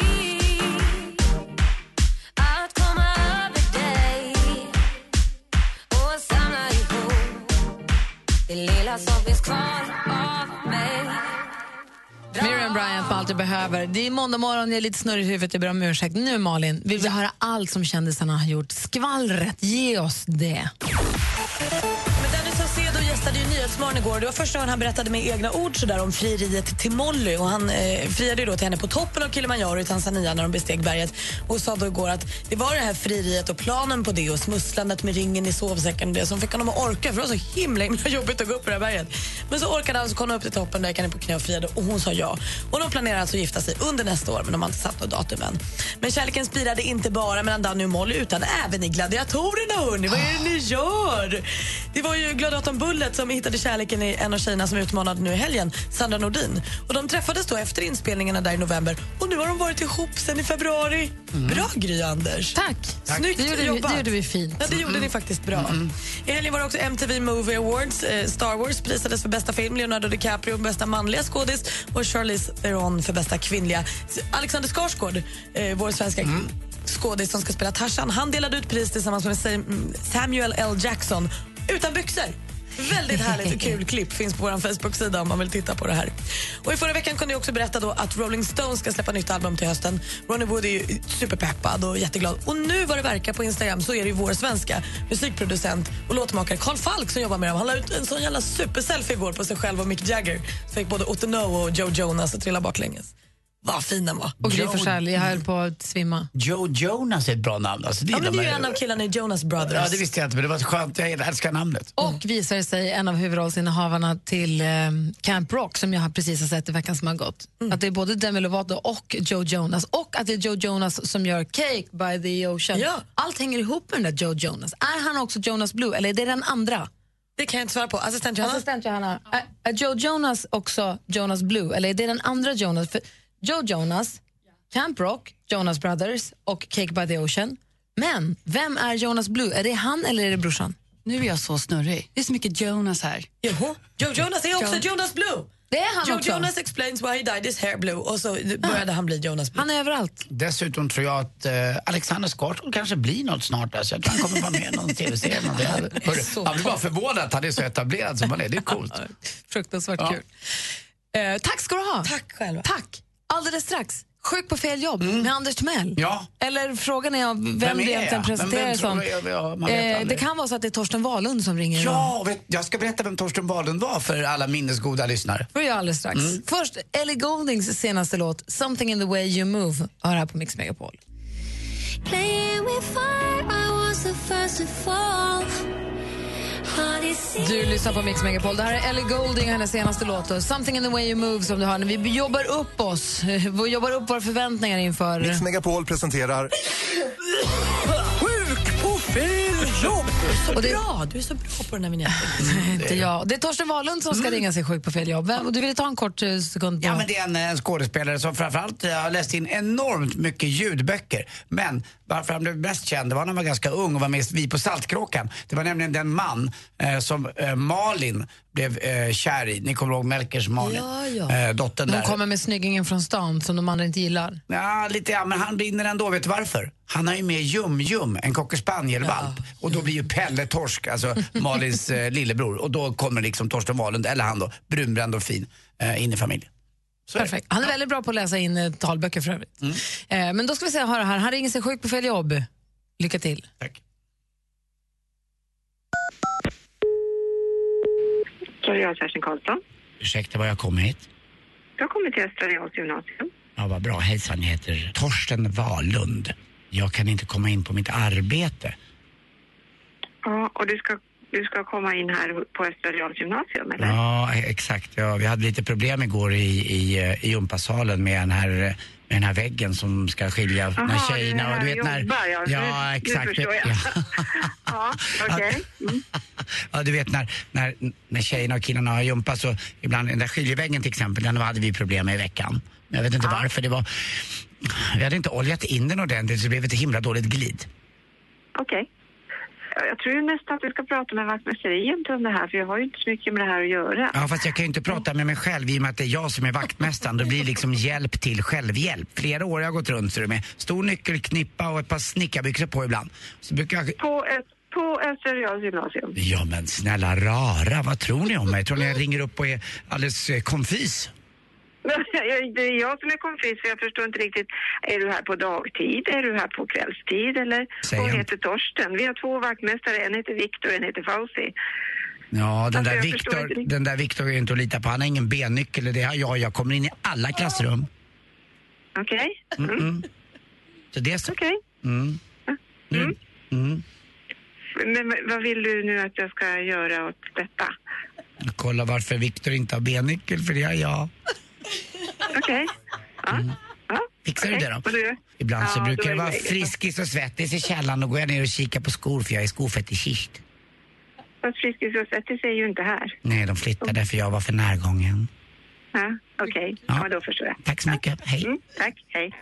Miriam Bryant på Allt jag behöver. Det är måndag morgon, jag är lite snurrig i huvudet, jag ber om ursäkt. Nu Malin, vill vi höra allt som kändisarna har gjort. Skvallret, ge oss det. Saucedo gästade ju Nyhetsmorgon igår. Det var första gången han berättade med egna ord så där om frieriet till Molly. Och han friade ju då till henne på toppen av Kilimanjaro i Tanzania när de besteg berget. Och sa då igår att det var det här frieriet och planen på det och smusslandet med ringen i sovsäcken och det som fick honom att orka. För det var så himla jobbigt att gå upp på det här berget. Men så orkade han, så kom han upp till toppen där gick han på knä och friade och hon sa ja. Och de planerar alltså att gifta sig under nästa år men de har inte satt något datum än. Men kärleken spirade inte bara mellan Danny och Molly utan även i gladiatorerna, hörni. Vad är det ni gör? Det var ju gladiatorn Bull Guldet som hittade kärleken i en av tjejerna som utmanade nu i helgen, Sandra Nordin. Och de träffades då efter inspelningarna där i november och nu har de varit ihop sen i februari. Bra Gry, Anders. Tack. Snyggt jobbat. Det gjorde vi fint. Ja, det gjorde ni faktiskt bra. I helgen var det också MTV Movie Awards. Star Wars prisades för bästa film, Leonardo DiCaprio för bästa manliga skådis och Charlize Theron för bästa kvinnliga. Alexander Skarsgård, vår svenska skådis som ska spela Tarzan, han delade ut pris tillsammans med Samuel L. Jackson utan byxor. Väldigt härligt och kul klipp finns på vår Facebook-sida om man vill titta på det här. Och i förra veckan kunde jag också berätta då att Rolling Stones ska släppa nytt album till hösten. Ronnie Wood är ju superpeppad och jätteglad. Och nu vad det verkar på Instagram så är det ju vår svenska musikproducent och låtmakare Carl Falk som jobbar med dem. Han la ut en sån jävla superselfie igår på sig själv och Mick Jagger. Så fick både Otto Know och Joe Jonas att trilla baklänges. Vad fin den var. Och Gry Forssell, jag höll på att svimma. Joe Jonas är ett bra namn. Alltså, det är ju en av killarna i Jonas Brothers. Ja, det visste jag inte, men det var skönt. Jag älskar namnet. Och visar sig en av huvudrollsinnehavarna till Camp Rock som jag precis har sett i veckan som har gått. Att det är både Demi Lovato och Joe Jonas. Och att det är Joe Jonas som gör Cake by the Ocean. Ja. Allt hänger ihop med den där Joe Jonas. Är han också Jonas Blue eller är det den andra? Det kan jag inte svara på. Assistent Johanna. Är Joe Jonas också Jonas Blue eller är det den andra Jonas? För Joe Jonas, Camp Rock, Jonas Brothers och Cake by the Ocean. Men vem är Jonas Blue? Är det han eller är det brorsan? Nu är jag så snurrig. Det är så mycket Jonas här. Joe Jonas är också Jonas Blue. Det är han Joe också. Jonas explains why he dyed his hair blue. Och så började han bli Jonas Blue. Han är överallt. Dessutom tror jag att Alexander Skarsgård kanske blir något snart. Alltså, jag tror han kommer vara med i någon tv-serie. Han blir bara förvånad att han är så etablerad som han är. Det är coolt. Fruktansvärt kul. Tack ska du ha. Tack själva. Tack. Alldeles strax. Sjuk på fel jobb med Anders Timell. Ja. Eller frågan är vem det egentligen presenterar som. Det kan vara så att det är Torsten Wahlund som ringer. Ja, jag ska berätta vem Torsten Wahlund var för alla minnesgoda lyssnare. Får jag alldeles strax. Först Ellie Gouldings senaste låt Something in the way you move hör här på Mix Megapol. Playing with fire, I was the first to fall. Du lyssnar på Mix Megapol. Det här är Ellie Goulding och hennes senaste låt Something in the way you move som du hör när vi jobbar upp oss. Vi jobbar upp våra förväntningar inför Mix Megapol presenterar Sjuk på fel jobb. Så och det... bra, du är så bra på den här vignetten. Inte jag. Det är Torsten Wahlund som ska ringa sig sjuk på fel jobb. Och du ville ta en kort sekund på... Ja, men det är en skådespelare som framförallt har läst in enormt mycket ljudböcker. Men varför han blev mest känd var när han var ganska ung och var med Vi på Saltkråkan. Det var nämligen den man som Malin blev kär i. Ni kommer ihåg Melkers Malin, dottern där. Hon kommer med snyggingen från stan som de andra inte gillar. Ja, lite men han brinner ändå. Vet du varför? Han har ju med Jum, en cocker spanielvalp. Och då blir ju Pelle torsk, alltså Malins lillebror. Och då kommer liksom Torsten Wahlund, eller han då, brunbränd och fin, in i familjen. Perfekt. Han är väldigt bra på att läsa in talböcker för övrigt. Men då ska vi se, höra här. Han ringer sig sjuk på fel jobb. Lycka till. Tack. Jag Kerstin Karlsson. Ursäkta, var jag kommit hit? Jag har kommit till Östra Reals gymnasium. Ja, vad bra. Hejsan, jag heter Torsten Wahlund. Jag kan inte komma in på mitt arbete. Ja, och du ska komma in här på Östra Reals gymnasium, eller? Ja, exakt. Ja, vi hade lite problem igår i gympasalen med den här väggen som ska skilja när tjejerna... Och du vet när... Ja, exakt. Nu förstår jag. Ja, okej. Ja, du vet när tjejerna och killarna har gympa så ibland den där skiljeväggen till exempel, den hade vi problem med i veckan. Jag vet inte varför. Vi hade inte oljat in den ordentligt så det blev ett himla dåligt glid. Okej. Jag tror ju nästan att vi ska prata med vaktmästeriet om det här, för jag har ju inte så mycket med det här att göra. Ja, fast jag kan ju inte prata med mig själv i och med att det är jag som är vaktmästaren. Det blir liksom hjälp till självhjälp. Flera år har jag gått runt så det med stor nyckelknippa och ett par snickarbyxor på ibland. Så brukar jag... På Östra Reals gymnasium. Ja, men snälla rara, vad tror ni om mig? Tror ni jag ringer upp och är alldeles konfis? Det är jag som är konfis, för jag förstår inte riktigt. Är du här på dagtid? Är du här på kvällstid? Eller hon heter Torsten. Vi har 2 vaktmästare. En heter Viktor och en heter Fauci. Ja, den där Viktor är inte att lita på. Han har ingen bennyckel. Det har jag kommer in i alla klassrum. Okej. Så det är så. Okej. Men vad vill du nu att jag ska göra åt detta? Kolla varför Viktor inte har bennyckel, för det har jag. Okej. Ja. Fixar du det då? Ibland så brukar jag vara friskis och svettis i källaren och gå ner och kika på skor, för jag är skofetischist. Fast Friskis och Svettis är ju inte här. Nej, de flyttade för jag var för närgången. Ja, okej. Ja, då förstår jag. Tack så mycket. Hej. Tack, hej.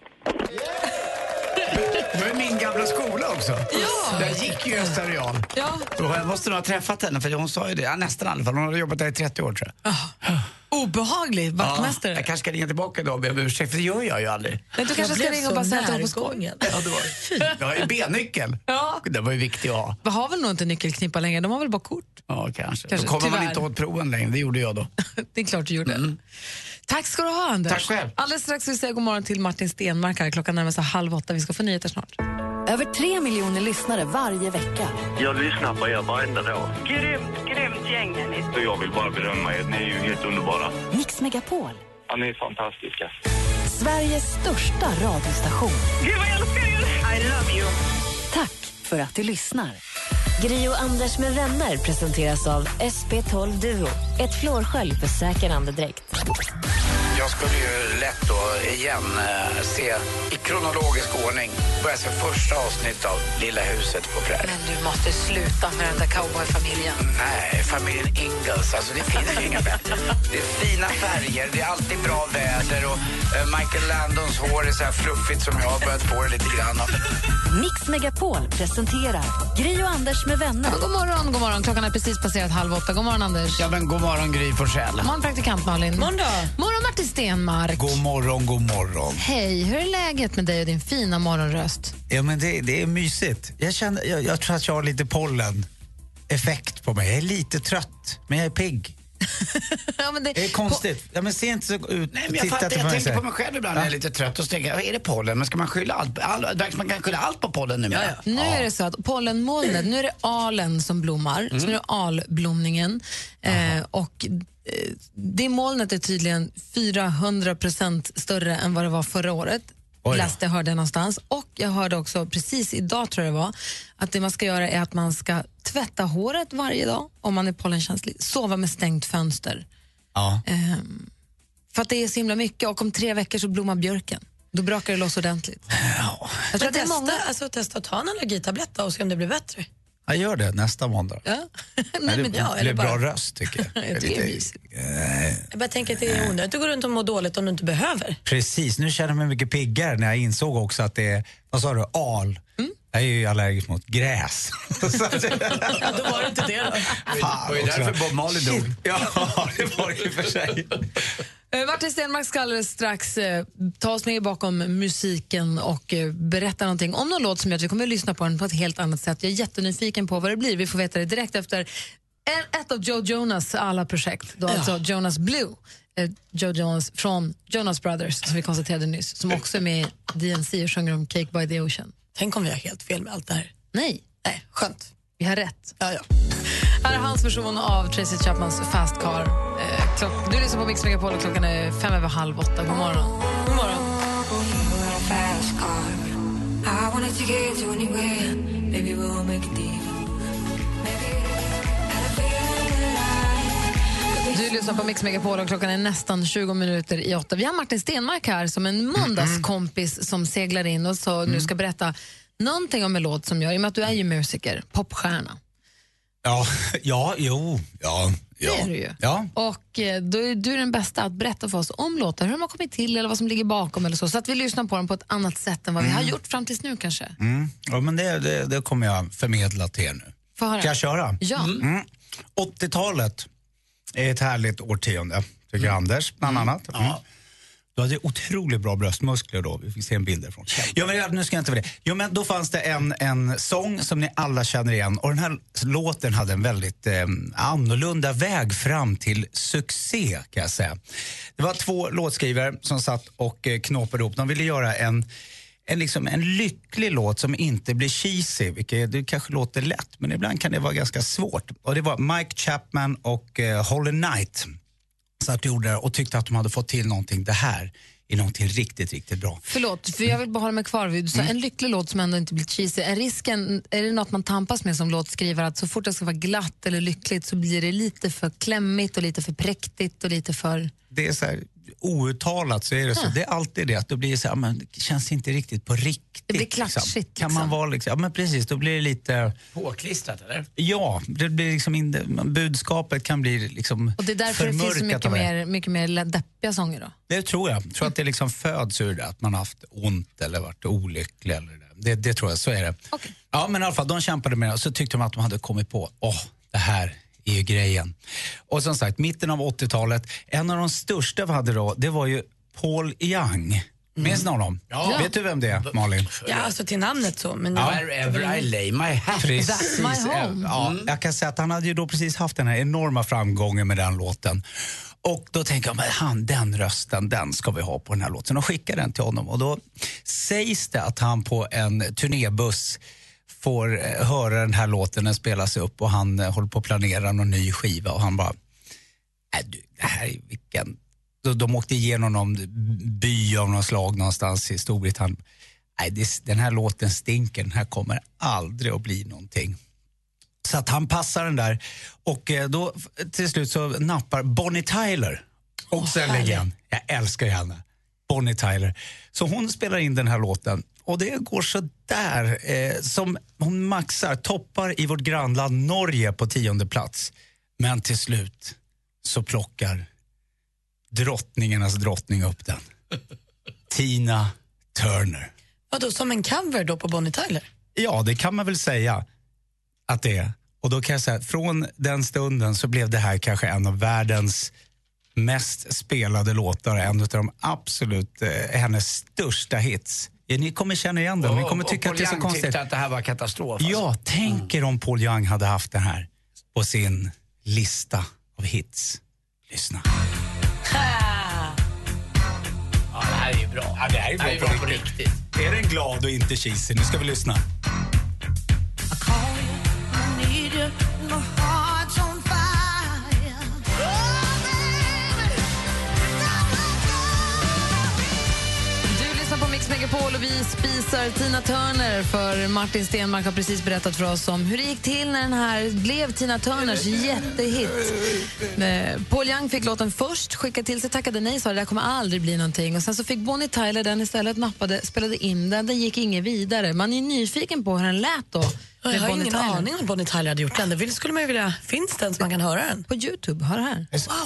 Det var ju min gamla skola också. Ja. Där gick ju Östa Real. Ja. Och jag måste nog ha träffat henne, för hon sa ju det. Ja, nästan i alla fall. Hon hade jobbat där i 30 år, tror jag. Obehaglig vaktmästare. Ja, jag kanske ska ringa tillbaka idag och be om ursäkt, för det gör jag ju aldrig. Men du kanske ska ringa och bara säga att du har på skången. Ja, det var jag har ju B-nyckel. Ja. Det var ju viktigt att ha. Vi har väl nog inte nyckelknippa längre, de har väl bara kort. Ja, kanske. Då kommer man inte åt proven längre, det gjorde jag då. Det är klart du gjorde. Tack ska du ha, Anders. Tack själv. Alldeles strax vill vi säga god morgon till Martin Stenmark här. Klockan närmar sig 7:30. Vi ska få nyheter snart. Över 3 miljoner lyssnare varje vecka. Jag lyssnar på er varenda dag. Grymt gäng är ni. Så jag vill bara berömma er. Ni är ju helt underbara. Mix Megapol. Ja, ni är fantastiska. Sveriges största radiostation. Gud vad jag älskar er! I love you. Tack för att du lyssnar. Gri och Anders med vänner presenteras av SP12 Duo. Ett flårskölj för säker andedräkt. Jag skulle ju lätt då igen se i kronologisk ordning börja se första avsnitt av Lilla huset på prärien. Men du måste sluta med den där cowboyfamiljen. Nej, familjen Ingalls, alltså det finns ju inga bättre. Det är fina färger, det är alltid bra väder och Michael Landons hår är så här fluffigt som jag har börjat få det lite grann av. Mix Megapol presenterar Gri och Anders med vänner. Ja, god morgon. Klockan är precis passerat 7:30. God morgon, Anders. Ja, men god morgon, Gry Forssell. God morgon, praktikant Malin. Måndag. Morgon, Martin Stenmark. God morgon. Hej, hur är läget med dig och din fina morgonröst? Ja, men det är mysigt. Jag tror att jag har lite pollen-effekt på mig. Jag är lite trött, men jag är pigg. Ja, men det är konstigt. Ja, men ser inte så ut. Nej, men jag tänker på mig själv ibland när jag är lite trött och så tänker jag, är det pollen? Men ska man skylla allt? Man kan skylla allt på pollen nu. Ja. Nu är det så att pollenmolnet, nu är det alen som blommar, så nu är det alblomningen. Och det molnet är tydligen 400% större än vad det var förra året. Läste, hörde jag någonstans. Och jag hörde också precis idag, tror jag det var, att det man ska göra är att man ska tvätta håret varje dag om man är pollenkänslig. Sova med stängt fönster. Ja. För att det är så himla mycket. Och om 3 veckor så blommar björken. Då brakar det loss ordentligt. Ja. Jag tror att det är många... testa att ta en allergitablett och se om det blir bättre. Jag gör det nästa måndag. Ja. Det blir bra röst, tycker jag. Jag bara tänker att det är onödigt att gå runt och må dåligt om du inte behöver. Precis, nu känner jag mig mycket piggare när jag insåg också att det är, vad sa du, al. Jag är ju allergisk mot gräs. Ja, då var det inte det då. Det var ju därför Bob Marley dog. Ja, det var det i och för sig. Martin Stenmark ska alldeles strax ta oss med bakom musiken och berätta någonting om någon låt som gör att vi kommer att lyssna på den på ett helt annat sätt. Jag är jättenyfiken på vad det blir. Vi får veta det direkt efter ett av Joe Jonas alla projekt. Då alltså Jonas Blue. Joe Jonas från Jonas Brothers, som vi konstaterade nyss, som också är med i DNC och sjunger om Cake by the Ocean. Tänk om vi har helt fel med allt det här. Nej, skönt. Vi har rätt. Ja. Här är hans version av Tracy Chapmans Fast Car. Du lyssnar på Mix Megapol och klockan är 7:05. God morgon. God morgon. Fast car. I wanted to get you anywhere. Maybe we'll make it deep. Du lyssnar på Mix Megapol och klockan är nästan 7:20. Vi har Martin Stenmark här som en måndagskompis som seglar in och så nu ska berätta någonting om en låt som gör, i och med att du är ju musiker, popstjärna. Ja. Det är du ju. Ja. Och då är du den bästa att berätta för oss om låtar, hur de har kommit till eller vad som ligger bakom eller så att vi lyssnar på dem på ett annat sätt än vad vi har gjort fram tills nu kanske. Ja, men det kommer jag förmedla till er nu. Får höra. Ska jag köra? Ja. 80-talet är ett härligt årtionde, tycker Anders, bland annat. Du hade otroligt bra bröstmuskler då. Vi fick se en bild därifrån. Ja, men nu ska jag inte vara det. Jo, men då fanns det en sång som ni alla känner igen. Och den här låten hade en väldigt annorlunda väg fram till succé, kan jag säga. Det var 2 låtskrivare som satt och knåpade ihop. De ville göra en lycklig låt som inte blir cheesy, vilket det kanske låter lätt, men ibland kan det vara ganska svårt. Och det var Mike Chapman och Holy Night som gjorde det och tyckte att de hade fått till någonting. Det här är någonting riktigt, riktigt bra. Förlåt, för jag vill bara hålla mig kvar vid. Så en lycklig låt som ändå inte blir cheesy. Är det något man tampas med som låtskrivare, att så fort det ska vara glatt eller lyckligt så blir det lite för klämmigt och lite för präktigt och lite för... Det är så här, outtalat så är det så. Det är alltid det att då blir det så här, men det känns inte riktigt på riktigt. Det blir klatschigt. Liksom. Kan man vara liksom, ja men precis, då blir det lite... Påklistrat eller? Ja, det blir liksom budskapet kan bli liksom. Och det är därför det finns så mycket mer deppiga sånger då? Det tror jag. Jag tror att det liksom föds ur det, att man har haft ont eller varit olycklig eller det tror jag, så är det. Okay. Ja, men i alla fall, de kämpade med det och så tyckte de att de hade kommit på, det här är ju grejen. Och som sagt, mitten av 80-talet, en av de största vi hade då, det var ju Paul Young. Minns ni honom? Ja. Vet du vem det är, Malin? Ja, alltså till namnet så. Men Wherever I lay my hat. Precis. That's my home. Ja, jag kan säga att han hade ju då precis haft den här enorma framgången med den låten. Och då tänker jag, men den rösten, den ska vi ha på den här låten. Och skickar den till honom. Och då sägs det att han på en turnébuss får höra den här låten, den spelas upp och han håller på att planera någon ny skiva och han bara, det här är vilken... De åkte igenom någon by av någon slag någonstans i Storbritannien. Den här låten stinker, den här kommer aldrig att bli någonting. Så att han passar den där och då till slut så nappar Bonnie Tyler. Också en legend. Jag älskar henne. Bonnie Tyler. Så hon spelar in den här låten och det går så där som hon maxar, toppar i vårt grannland Norge på 10:e plats. Men till slut så plockar drottningarnas drottning upp den. Tina Turner. Vadå, som en cover då på Bonnie Tyler? Ja, det kan man väl säga att det är. Och då kan jag säga att från den stunden så blev det här kanske en av världens mest spelade låtar. En av de absolut hennes största hits. Ni kommer känna igen den. Ni kommer tycka att det är så konstigt. Tyckte att det här var katastrof. Alltså. Ja, tänker om Paul Young hade haft den här på sin lista av hits. Lyssna. Ja, det här är ju bra. Ja, det här är bra på riktigt. Är den glad och inte cheesy? Nu ska vi lyssna. På Mix Megapol och vi spisar Tina Turner, för Martin Stenmark har precis berättat för oss om hur det gick till när den här blev Tina Turners jättehit. Paul Young fick låten först, skickade till sig, tackade nej, sa det där kommer aldrig bli någonting. Och sen så fick Bonnie Tyler den istället, nappade, spelade in den gick inget vidare. Man är nyfiken på hur den lät då. Jag har ingen aning om Bonnie Tyler hade gjort den. Det skulle man ju vilja, finns den så man kan höra den? På YouTube, hör här. Wow!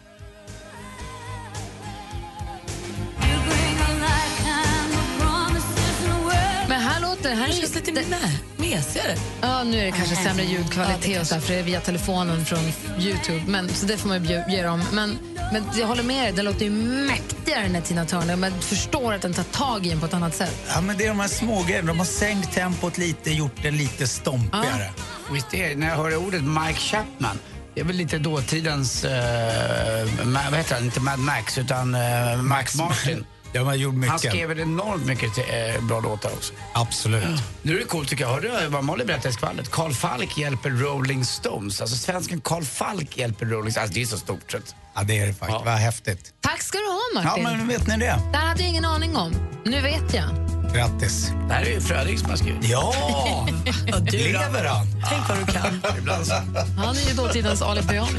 Det här känns lite mesigare. Ja, nu är det kanske sämre ljudkvalitet och så här, för det är via telefonen från YouTube, men så det får man ju ge dem. Men jag håller med er, det låter ju mäktigare när Tina Turner, men förstår att den tar tag i en på ett annat sätt. Ja, men det är de här små grejerna. De har sänkt tempot lite, gjort den lite stompigare. Visst är, när jag hör ordet Mike Chapman, det är väl lite dåtidens vad heter han, inte Mad Max utan Max Martin. Ja, man gjorde mycket. Han skrev väl enormt mycket bra låtar också. Absolut. Ja. Nu är det coolt tycker jag. Hörde du vad Molly berättade i skvallret? Carl Falk hjälper Rolling Stones. Alltså svensken Carl Falk hjälper Rolling Stones. Alltså det är så stort sett. Ja, det är det faktiskt. Vad häftigt. Tack ska du ha, Martin. Ja, men vet ni det? Det här hade jag ingen aning om. Nu vet jag. Grattis. Det här är ju Fröding som har skrivit. Ja! Lever han? Tänk vad du kan. Ibland så. Han är ju dåtidens Ali Bajani.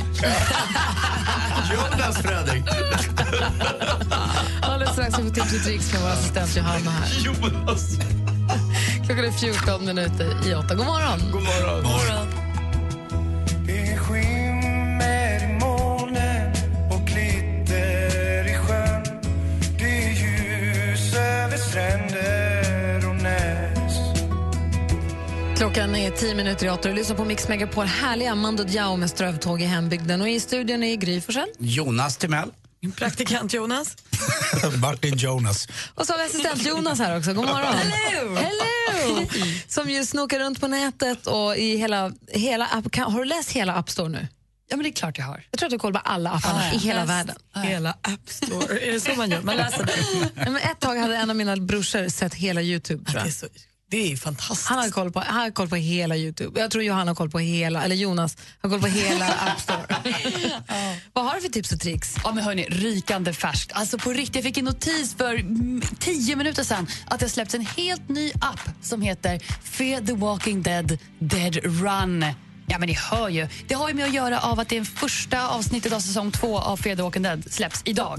Jonas Fröding. Alldeles strax får tips och tricks med vår assistent Johanna här. Jonas. Klockan är 14 minuter i 8. God morgon. God morgon. God morgon. Det skimmer i molnen och glitter i sjön. Det är ljus över stränder och näs. Klockan är 10 minuter i 8 och lyssnar på Mix Megapol. Härliga Mando Diao med strövtåg i hembygden. Och i studion är Gry Forssell. Jonas Timell. Praktikant Jonas. Martin Jonas. Och så har vi assistent Jonas här också. God morgon. Hello! Hello! Som ju snokar runt på nätet och i hela app. Har du läst hela App Store nu? Ja, men det är klart jag har. Jag tror att du kollar på alla apparna i hela världen. Hela App Store. Är det så man gör? Man läser det. Ja, men ett tag hade en av mina brorsor sett hela YouTube. Tror jag. Det är fantastiskt. Han har koll på hela YouTube. Jag tror Johanna har koll på hela, eller Jonas har koll på hela App Store. Vad har du för tips och tricks? Ja, men hörni, rykande färskt. Alltså på riktigt, jag fick en notis för 10 minuter sedan att det släppts en helt ny app som heter Fear the Walking Dead Dead Run. Ja, men ni hör ju. Det har ju med att göra av att det är första avsnittet av säsong 2 av Fear the Walking Dead släpps idag.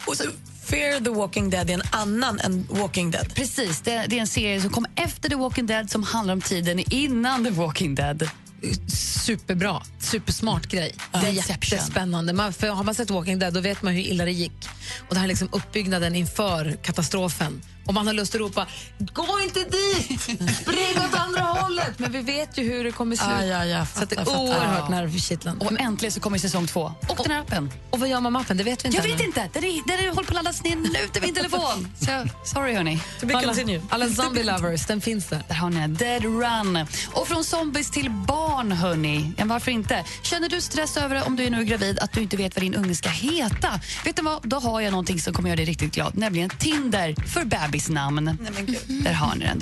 Och så Fear the Walking Dead är en annan än Walking Dead. Precis, det är en serie som kom efter The Walking Dead som handlar om tiden innan The Walking Dead. Superbra, supersmart grej. Det är jättespännande. För har man sett Walking Dead då vet man hur illa det gick. Och det här är liksom uppbyggnaden inför katastrofen. Och man har lust att ropa, gå inte dit! Spring åt andra hållet! Men vi vet ju hur det kommer sluta. Så att det är oerhört nervkittlande. Och äntligen så kommer säsong 2. Och den här appen. Och vad gör man med appen? Det vet vi inte. Jag vet inte. Den håller på att laddas ner nu till min telefon. Så, sorry hörni. Alla zombie lovers, den finns där. Där har ni Dead Run. Och från zombies till barn hörni. Ja, varför inte? Känner du stress över det om du är nu gravid att du inte vet vad din unge ska heta? Vet du vad? Då har jag någonting som kommer göra dig riktigt glad. Nämligen Tinder för bebisnamn. Där har ni den.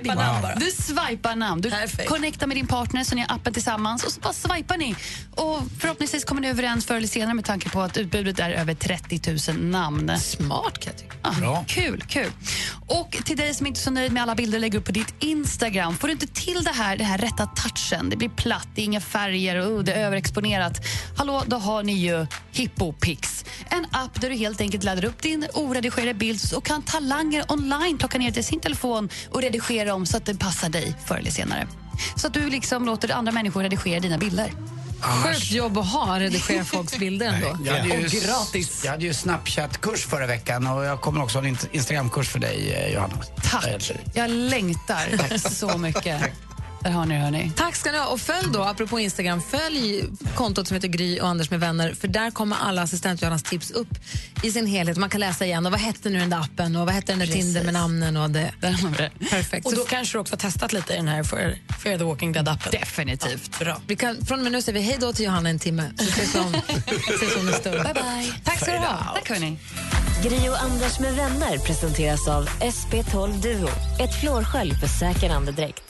Du swipar namn. Du connectar med din partner så ni har appen tillsammans och så bara swipar ni. Och förhoppningsvis kommer ni överens förr eller senare med tanke på att utbudet är över 30 000 namn. Smart kan jag tycka. Bra. Kul. Och till dig som inte är så nöjd med alla bilder lägger upp på ditt Instagram, får du inte till det här rätta touchen. Det blir platt, det är inga färger och det är överexponerat. Hallå, då har ni ju Hippopix. En app där du helt enkelt laddar upp din oredigerade bild och kan talanger online plocka ner till sin telefon och redigera dem så att det passar dig förr eller senare. Så att du liksom låter andra människor redigera dina bilder. Sjukt jobb att ha, redigera folks bilder ändå. Gratis. Jag hade ju Snapchat-kurs förra veckan och jag kommer också ha en Instagram-kurs för dig, Johanna. Tack. Jag längtar så mycket. Där har ni det, hörni. Tack ska ni ha. Och följ då, apropå Instagram, följ kontot som heter Gry och Anders med vänner. För där kommer alla assistentgörarnas tips upp i sin helhet. Man kan läsa igen. Och vad hette nu den där appen? Och vad hette den där Tinder med namnen? Och det. Perfekt. Och då kanske du också har testat lite i den här Fear the Walking Dead-appen. Definitivt. Ja, bra. Vi kan, från och med nu säger vi hej då till Johanna en timme. Så ses om en stund. Bye bye. Tack ska du ha. Tack hörni. Gry och Anders med vänner presenteras av SP12 Duo. Ett flårskölj för säker andedräkt.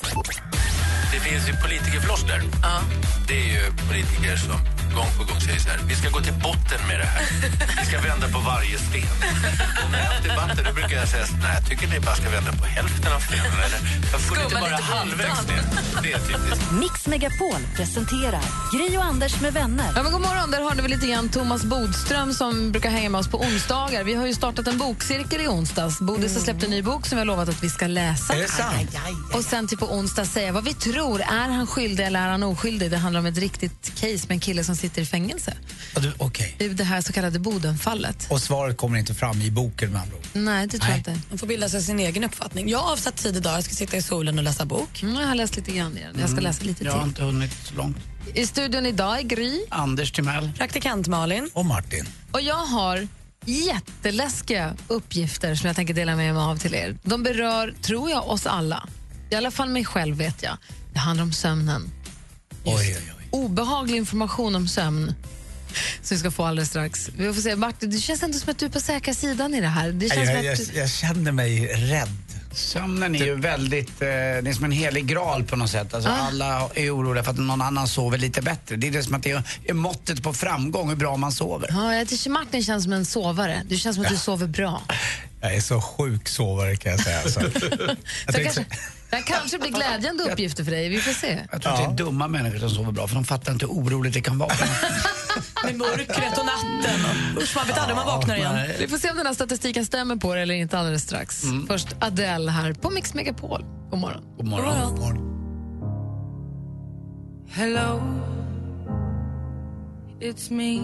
Det finns ju politikerfloskler. Det är ju politiker som gång på gång säger så här: vi ska gå till botten med det här. Vi ska vända på varje sten. Och när jag har debatter då brukar jag säga nej, jag tycker ni bara ska vända på hälften av stenen. Eller jag får inte bara halvvägs ner. Det är typiskt. Mix Megapol presenterar Gry och Anders med vänner. Ja, men god morgon, där hörde vi lite grann Thomas Bodström som brukar hänga med oss på onsdagar. Vi har ju startat en bokcirkel i onsdags. Bodis har släppt en ny bok som vi har lovat att vi ska läsa. Är det sant? Och sen till på onsdag säga vad vi tror. Är han skyldig eller är han oskyldig? Det handlar om ett riktigt case med en kille som sitter i fängelse. Okej. Det här så kallade Bodenfallet. Och svaret kommer inte fram i boken med andra ord. Nej, det tror jag inte. Man får bilda sig sin egen uppfattning. Jag har avsatt tid idag. Jag ska sitta i solen och läsa bok. Jag har läst lite grann i den. Jag ska läsa lite till. Jag har inte hunnit så långt. I studion idag är Gry. Anders Timell. Praktikant Malin. Och Martin. Och jag har jätteläskiga uppgifter som jag tänker dela med mig av till er. De berör, tror jag, oss alla. I alla fall mig själv vet jag. Det handlar om sömnen. Oj. Obehaglig information om sömn som vi ska få alldeles strax. Vi får se, Martin, det känns inte som att du är på säkra sidan i det här. Det känns jag känner mig rädd. Sömnen är ju väldigt, det är som en helig graal på något sätt. Alltså alla är oroliga för att någon annan sover lite bättre. Det är det som att det är måttet på framgång, hur bra man sover. Ja, jag tycker Martin känns som en sovare. Du känns som att du sover bra. Jag är så sjuk sovare kan jag säga. Alltså. Det kanske blir glädjande uppgifter för dig, vi får se. Jag tror att det är dumma människor som sover bra, för de fattar inte hur oroligt det kan vara. Med mörkret och natten. Usch, man vet aldrig man vaknar igen. Vi får se om den här statistiken stämmer på det eller inte alldeles strax. Först Adele här på Mix Megapol. God morgon. God morgon. God morgon. Hello, it's me.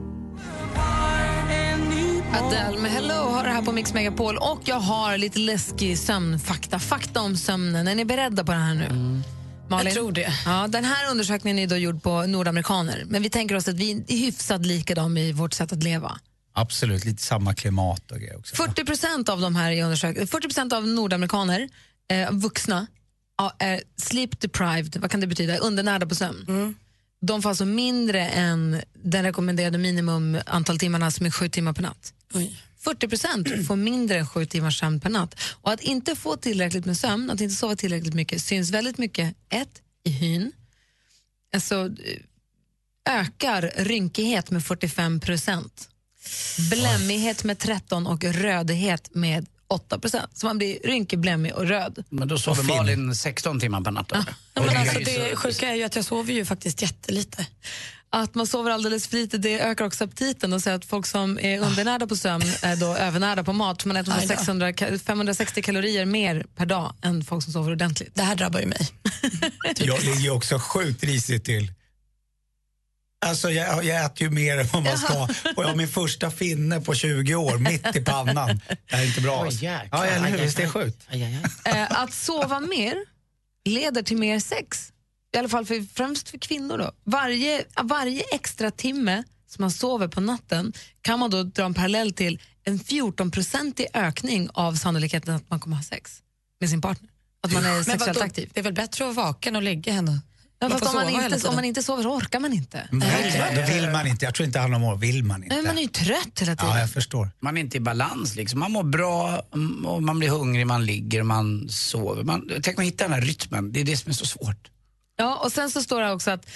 Adele med Hello har det här på Mix Megapol och jag har lite läskig sömnfakta. Fakta om sömnen. Är ni beredda på det här nu? Malin? Jag tror det. Ja, den här undersökningen är då gjord på nordamerikaner. Men vi tänker oss att vi är hyfsat likadana i vårt sätt att leva. Absolut, lite samma klimat och grejer också. 40% av de här i undersökningen, 40% av nordamerikaner, vuxna, är sleep deprived. Vad kan det betyda? Undernärda på sömn. De får alltså mindre än den rekommenderade minimum antal timmarna som är 7 timmar per natt. 40% får mindre än 7 timmars sömn per natt. Och att inte få tillräckligt med sömn, att inte sova tillräckligt mycket, syns väldigt mycket i hyn. Alltså ökar rynkighet med 45%. Blämmighet med 13% och rödhet med 8%. Så man blir rynkig, blämmig och röd. Men då sover Malin 16 timmar per natt. Men alltså, det sjuka är ju att jag sover ju faktiskt jättelite. Att man sover alldeles för lite, det ökar också aptiten. Och så att folk som är undernärda på sömn är då övernärda på mat. Man äter 560 kalorier mer per dag än folk som sover ordentligt. Det här drabbar ju mig. Jag ligger ju också sjukt risigt till. Alltså jag äter ju mer än vad man ska. Och jag har min första finne på 20 år mitt i pannan. Det är inte bra. Ja, eller hur? Visst är det sjukt? Att sova mer leder till mer sex. I alla fall främst för kvinnor då. Varje extra timme som man sover på natten kan man då dra en parallell till en 14% ökning av sannolikheten att man kommer ha sex med sin partner. Att man är sexuellt aktiv. Det är väl bättre att vaken och ligga henne. Ja, fast om man inte sover så orkar man inte. Nej, då vill man inte. Jag tror inte det handlar om att vill man inte. Nej, man är ju trött hela tiden. Ja, jag förstår. Man är inte i balans liksom. Man mår bra och man blir hungrig, man ligger, man sover. Tänk att hitta den här rytmen. Det är det som är så svårt. Ja, och sen så står det också att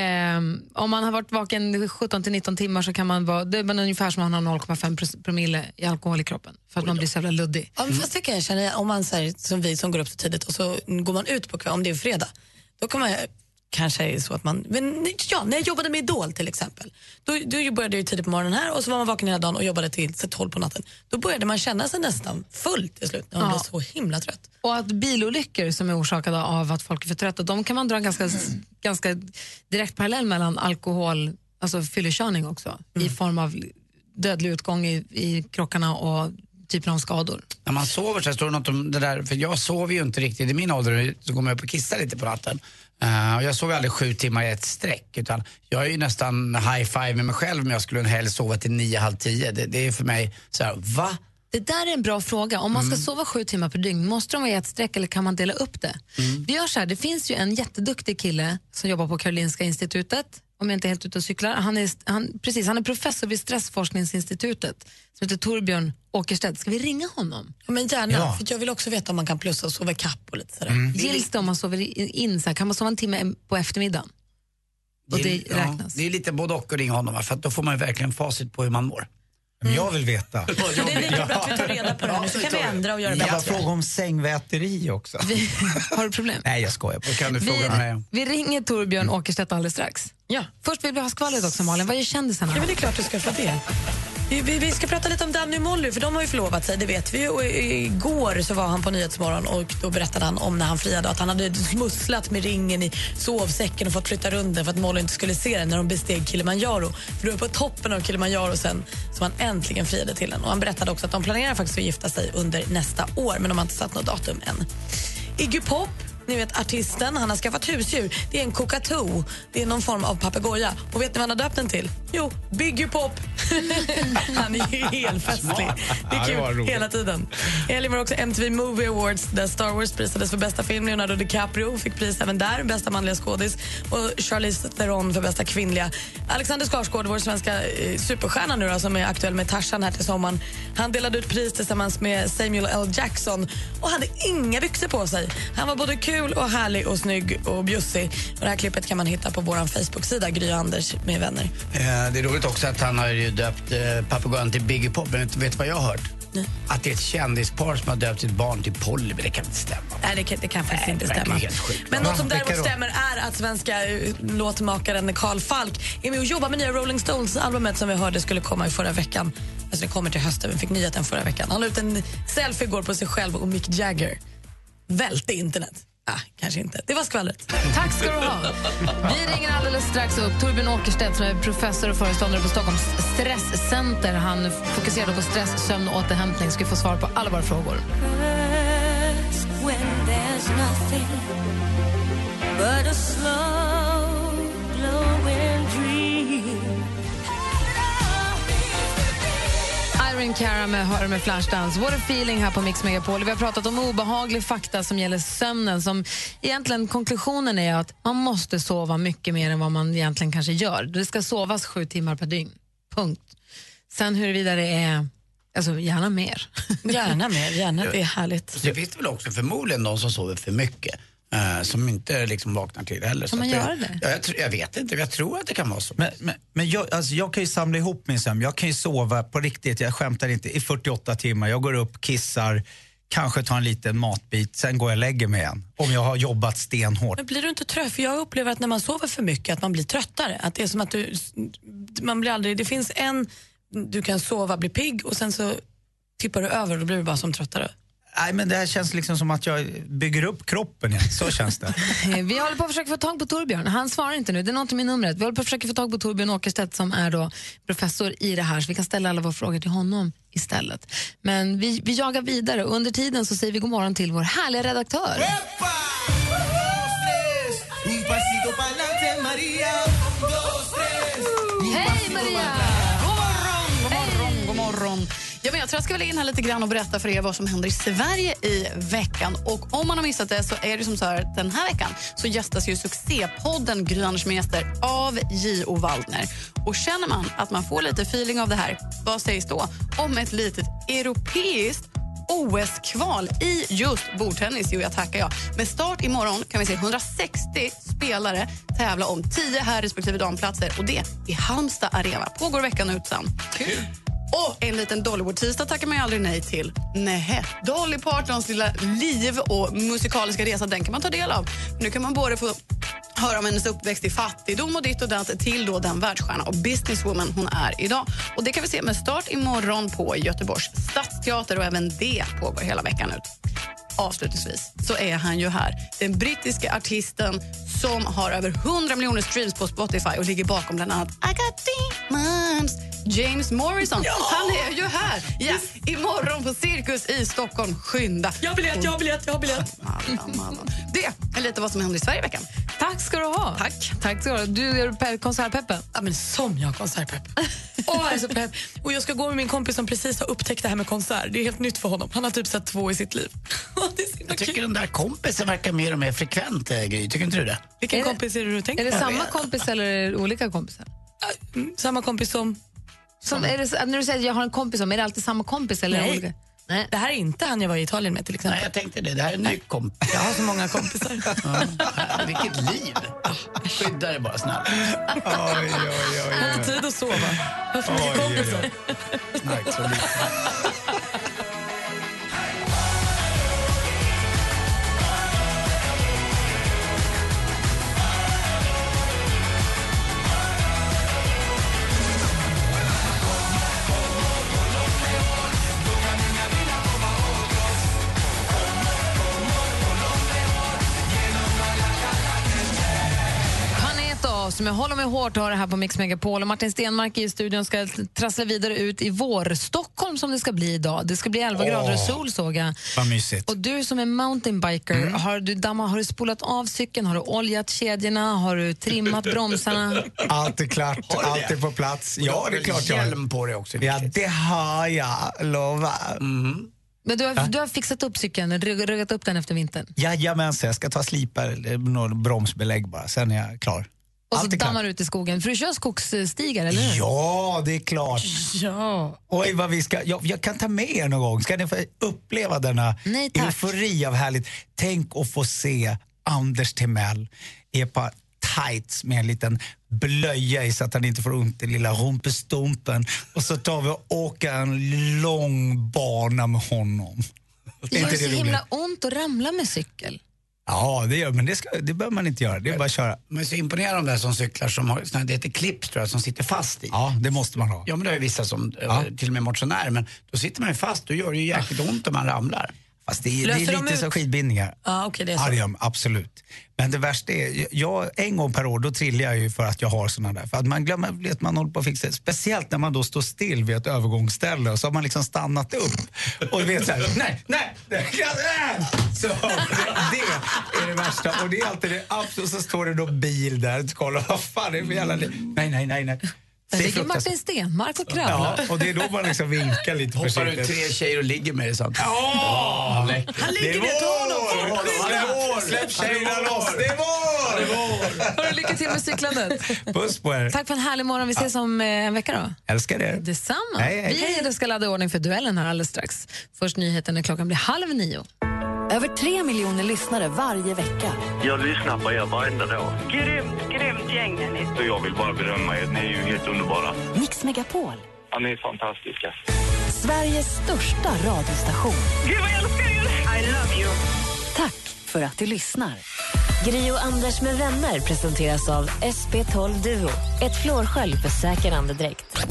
om man har varit vaken 17-19 timmar så kan man vara, det är ungefär som man har 0,5 promille i alkohol i kroppen för att man blir så jävla luddig. Ja, fast det kan jag känna, om man säger som vi som går upp så tidigt och så går man ut på kväll, om det är fredag, då kan man kanske så att man, men ja, när jag jobbade med Idol till exempel, då började jag tidigt på morgonen här och så var man vaken hela dagen och jobbade till 12 på natten. Då började man känna sig nästan full till slut när man blev så himla trött. Och att bilolyckor som är orsakade av att folk är för trötta, de kan man dra en ganska direkt parallell mellan alkohol, alltså fyllekörning också, i form av dödlig utgång i krockarna och typen av skador. När man sover så står det något om det där, för jag sover ju inte riktigt i min ålder, så går man upp och kissar lite på natten. Och jag sover aldrig 7 timmar i ett streck, utan jag är ju nästan high five med mig själv om jag skulle en helg sova till 9:30. Det är för mig så här, va? Det där är en bra fråga. Om man ska sova 7 timmar per dygn, måste de vara i ett streck eller kan man dela upp det? Vi gör så här, det finns ju en jätteduktig kille som jobbar på Karolinska institutet, om jag inte är helt ute och cyklar. Han är professor vid Stressforskningsinstitutet som heter Torbjörn Åkerstedt. Ska vi ringa honom? Ja, men gärna, för jag vill också veta om man kan plussa och sova kapp och lite sådär. Gills det om man sover in så här, kan man sova en timme på eftermiddagen? Och det räknas. Det är lite både och att ringa honom, för att då får man ju verkligen facit på hur man mår. Men jag vill veta. Det är lika bra att vi tar reda på det här, så kan vi ändra och göra det bättre. bättre. Jag var fråga om sängväteri också. Har du problem? Nej, jag skojar. Kan du fråga mig? Vi ringer Torbjörn Åkerstedt alldeles strax. Ja. Först vill vi ha skvallret också, Malin. Vad är kändisarna? Ja, men det är klart du ska få det. Vi ska prata lite om Danny och Molly, för de har ju förlovat sig, det vet vi. Och igår så var han på Nyhetsmorgon och då berättade han om när han friade att han hade smusslat med ringen i sovsäcken och fått flytta runt den för att Molly inte skulle se den när de besteg Kilimanjaro. För det var på toppen av Kilimanjaro sen som han äntligen friade till den. Och han berättade också att de planerar faktiskt att gifta sig under nästa år, men de har inte satt något datum än. Iggy Pop, ni vet artisten, han har skaffat husdjur. Det är en cockatoo. Det är någon form av papegoja. Och vet ni vad han har döpt den till? Jo, Biggy Pop. Han är ju helt festlig. Det är kul hela tiden. Helgen var också MTV Movie Awards där Star Wars prisades för bästa film. Leonardo DiCaprio fick pris även där, bästa manliga skådis. Och Charlize Theron för bästa kvinnliga. Alexander Skarsgård, vår svenska superstjärna nu då, som är aktuell med Tarzan här till sommaren. Han delade ut pris tillsammans med Samuel L. Jackson och hade inga byxor på sig. Han var både kul och härlig och snygg och bjussig. Och det här klippet kan man hitta på vår Facebook-sida Gry och Anders med vänner. Det är roligt också att han har ju döpt papegojan till Biggy Pop, men vet vad jag har hört? Nej. Att det är ett kändispar som har döpt sitt barn till Polly, men det kan inte stämma. Nej, det kan faktiskt inte stämma. Men något som däremot stämmer är att svenska låtmakaren Carl Falk är med och jobbar med nya Rolling Stones-albumet som vi hörde skulle komma i förra veckan. Alltså det kommer till hösten, vi fick nyheten förra veckan. Han la ut en selfie igår på sig själv och Mick Jagger. Välte internet. Kanske inte. Det var skvallret. Tack ska du ha. Vi ringer alldeles strax upp Torbjörn Åkerstedt som är professor och föreståndare på Stockholms stresscenter. Han fokuserar på stress, sömn och återhämtning. Ska få svar på alla våra frågor. Irene Cara med Flashdance. What a feeling här på Mix Megapol. Vi har pratat om obehaglig fakta som gäller sömnen. Som egentligen konklusionen är att man måste sova mycket mer än vad man egentligen kanske gör. Det ska sovas 7 timmar per dygn. Punkt. Sen huruvida det är... Alltså gärna mer. Gärna mer, gärna. Det är härligt. Det finns väl också förmodligen de som sover för mycket. Som inte liksom vaknar till heller. Kan man göra det? Ja, jag vet inte, jag tror att det kan vara så. Men jag kan ju samla ihop min sömn. Jag kan ju sova på riktigt, jag skämtar inte, i 48 timmar. Jag går upp, kissar, kanske tar en liten matbit, sen går jag och lägger mig igen. Om jag har jobbat stenhårt. Men blir du inte trött? För jag upplever att när man sover för mycket att man blir tröttare. Att det är som att man blir aldrig, det finns du kan sova, bli pigg och sen så tippar du över och då blir du bara som tröttare. Nej, men det här känns liksom som att jag bygger upp kroppen igen. Så känns det. Vi håller på att försöka få tag på Torbjörn. Han svarar inte nu, det är något med numret. Vi håller på att försöka få tag på Torbjörn Åkerstedt som är då professor i det här. Så vi kan ställa alla våra frågor till honom istället. Men vi jagar vidare och under tiden så säger vi god morgon till vår härliga redaktör. Hej Maria! God morgon. Ja, men jag tror jag ska väl in här lite grann och berätta för er vad som händer i Sverige i veckan. Och om man har missat det så är det som så här, den här veckan så gästas ju succépodden Gry Anders med gäster av J.O. Waldner. Och känner man att man får lite feeling av det här, vad sägs då om ett litet europeiskt OS-kval i just bordtennis? Jo, jag tackar jag. Med start imorgon kan vi se 160 spelare tävla om 10 här respektive damplatser. Och det i Halmstad Arena. Pågår veckan ut sen. Kul. Och en liten Dollywood-tisdag tackar man ju aldrig nej till. Nej, Dolly Partons lilla liv och musikaliska resa, den kan man ta del av. Nu kan man både få höra om hennes uppväxt i fattigdom och ditt och datt till då den världsstjärna och businesswoman hon är idag. Och det kan vi se med start imorgon på Göteborgs Stadsteater och även det pågår hela veckan ut. Avslutningsvis så är han ju här. Den brittiska artisten som har över 100 miljoner streams på Spotify och ligger bakom bland annat I Got Demons. James Morrison, han är ju här. Yes. Imorgon på Cirkus i Stockholm. Skynda. Jag har biljett. Det är lite vad som händer i Sverige i veckan. Tack ska du ha. Tack ska du ha. Du är konsertpeppen. Ja, men som jag konsertpepp. Jag är så pepp. Och jag ska gå med min kompis som precis har upptäckt det här med konsert. Det är helt nytt för honom. Han har typ sett 2 i sitt liv. Jag tycker den där kompisen verkar mer och mer frekvent, Gry. Tycker inte du det? Vilken kompis är det du tänker på? Är det samma kompis eller är det olika kompisar? Samma kompis som är det, när du säger att jag har en kompis om, är det alltid samma kompis eller Nej. olika? Nej, det här är inte han jag var i Italien med till exempel. Nej, jag tänkte det. Det här är en ny kompis. Jag har så många kompisar. Vilket liv. Skydda dig bara snälla. Jag har inte tid att sova. Jag har för mycket kompisar. Snarkt så lite. Som jag håller mig hårt och har det här på Mix Megapol. Och Martin Stenmark i studion ska trassla vidare ut i vår Stockholm som det ska bli idag. Det ska bli 11 grader och sol, såg jag. Vad mysigt. Och du som är mountainbiker, har du spolat av cykeln? Har du oljat kedjorna? Har du trimmat bromsarna? Allt är klart, allt är på plats. Ja, det är klart jag har. Hjälm på dig också. Ja, det har jag, lovar. Men du har fixat upp cykeln, ruggat upp den efter vintern? Jajamensan, jag ska ta slipar, några bromsbelägg bara, sen är jag klar. Och så dammar ut i skogen. För du kör skogsstigar, eller hur? Ja, det är klart. Ja. Oj, vad vi ska... Jag kan ta med er någon gång. Ska ni få uppleva denna eufori av härligt. Tänk att få se Anders Timell i ett par tights med en liten blöja i så att han inte får ont i lilla rumpestumpen. Och så tar vi och åker en lång bana med honom. Det gör så himla ont att ramla med cykel. Ja, det gör, men det behöver man inte göra. Det är bara att köra. Man är så imponerad om det som cyklar som har såna, det heter clips, tror jag, som sitter fast i. Ja, det måste man ha. Ja, men det är ju vissa som till och med motionärer, men då sitter man ju fast, då gör det ju jäkligt ont om man ramlar. Fast det är lite så skidbindningar. Ja, okej, det är så. Ja, det gör, absolut. Men det värsta är, en gång per år då trillar jag ju för att jag har såna där. För att man glömmer att man håller på att fixa det. Speciellt när man då står still vid ett övergångsställe och så har man liksom stannat upp. Och vet så här, nej. Så det är det värsta. Och det är alltid det absolut, så står det då bil där och kollar, vad fan är det för jävla liv? Nej. Det ligger Martin Stenmark och kravlar. Ja, och det är då man liksom vinkar lite hoppar försiktigt. ut 3 tjejer och ligger med det sånt. Han ligger där, ta honom! Släpp tjejerna loss, det är vår! Har du lycka till med cyklandet? Puss på er. Tack för en härlig morgon, vi ses om en vecka då. Älskar er. Detsamma. Hej. Vi ska ladda i ordning för duellen här alldeles strax. Först nyheten när klockan blir 8:30. Över 3 miljoner lyssnare varje vecka. Jag lyssnar på er varenda dag. Grymt gäng är ni. Så jag vill bara berömma er. Ni är ju helt underbara. Mix Megapol. Ja, ni är fantastiska. Sveriges största radiostation. Gud vad jag älskar er! I love you. Tack för att du lyssnar. Gri och Anders med vänner presenteras av SP12 Duo. Ett flårskölj för säker andedräkt. 75%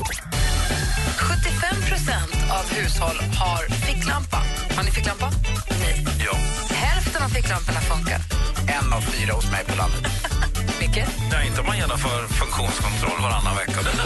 av hushåll har ficklampa. Har ni ficklampa? Nej. Ja. Hälften av ficklamporna funkar. 1 av 4 hos mig på landet. Micke? Nej, inte om man genomför funktionskontroll varannan vecka. Men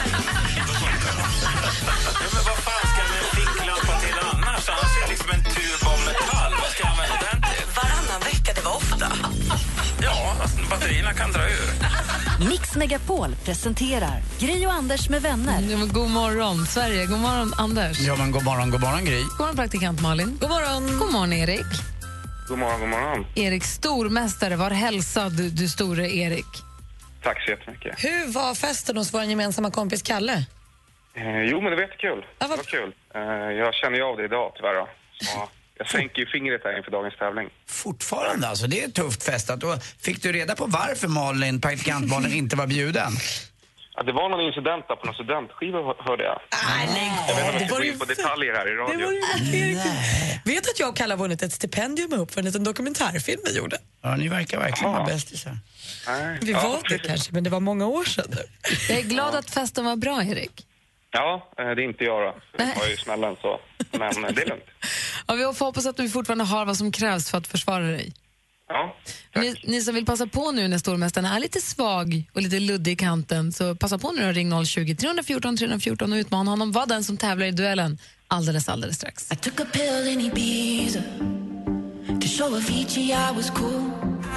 vad fan ska man en ficklampa till annars? Annars är det liksom en tub av metall. Vad ska jag använda den till? Varannan vecka, det var ofta. Ja, alltså, batterierna kan dra ur. Mix Megapol presenterar Gri och Anders med vänner. Ja, men god morgon, Sverige. God morgon, Anders. Ja, men god morgon, Gry. God morgon, praktikant Malin. God morgon. God morgon, Erik. God morgon. Erik, stormästare. Var hälsad, du store Erik. Tack så jättemycket. Hur var festen hos vår gemensamma kompis Kalle? Jo, men det var jättekul. Det var kul. Jag känner ju av det idag, tyvärr. Då. Så jag sänker ju fingret här inför dagens tävling. Fortfarande alltså, det är tufft festat. Då fick du reda på varför praktikant Malin inte var bjuden? Ja, det var någon incident på någon studentskiva, hörde jag. Jag vet inte om jag ska gå in på detaljer här i radio. Vet du att jag och Kalle har vunnit ett stipendium ihop för en liten dokumentärfilm vi gjorde? Ja, ni verkar verkligen vara bästisar. Vi var det kanske, men det var många år sedan. Jag är glad att festen var bra, Erik. Ja, det är inte jag då. Det var ju smällen så. Men det är lugnt. Ja, vi får hoppas att du fortfarande har vad som krävs för att försvara dig. Ja. Ni som vill passa på nu när stormästaren är lite svag och lite luddig i kanten, så passa på nu och ring 020-314 och utmana honom. Var den som tävlar i duellen alldeles strax. I took a pill in Ibiza to show Avicii I was cool.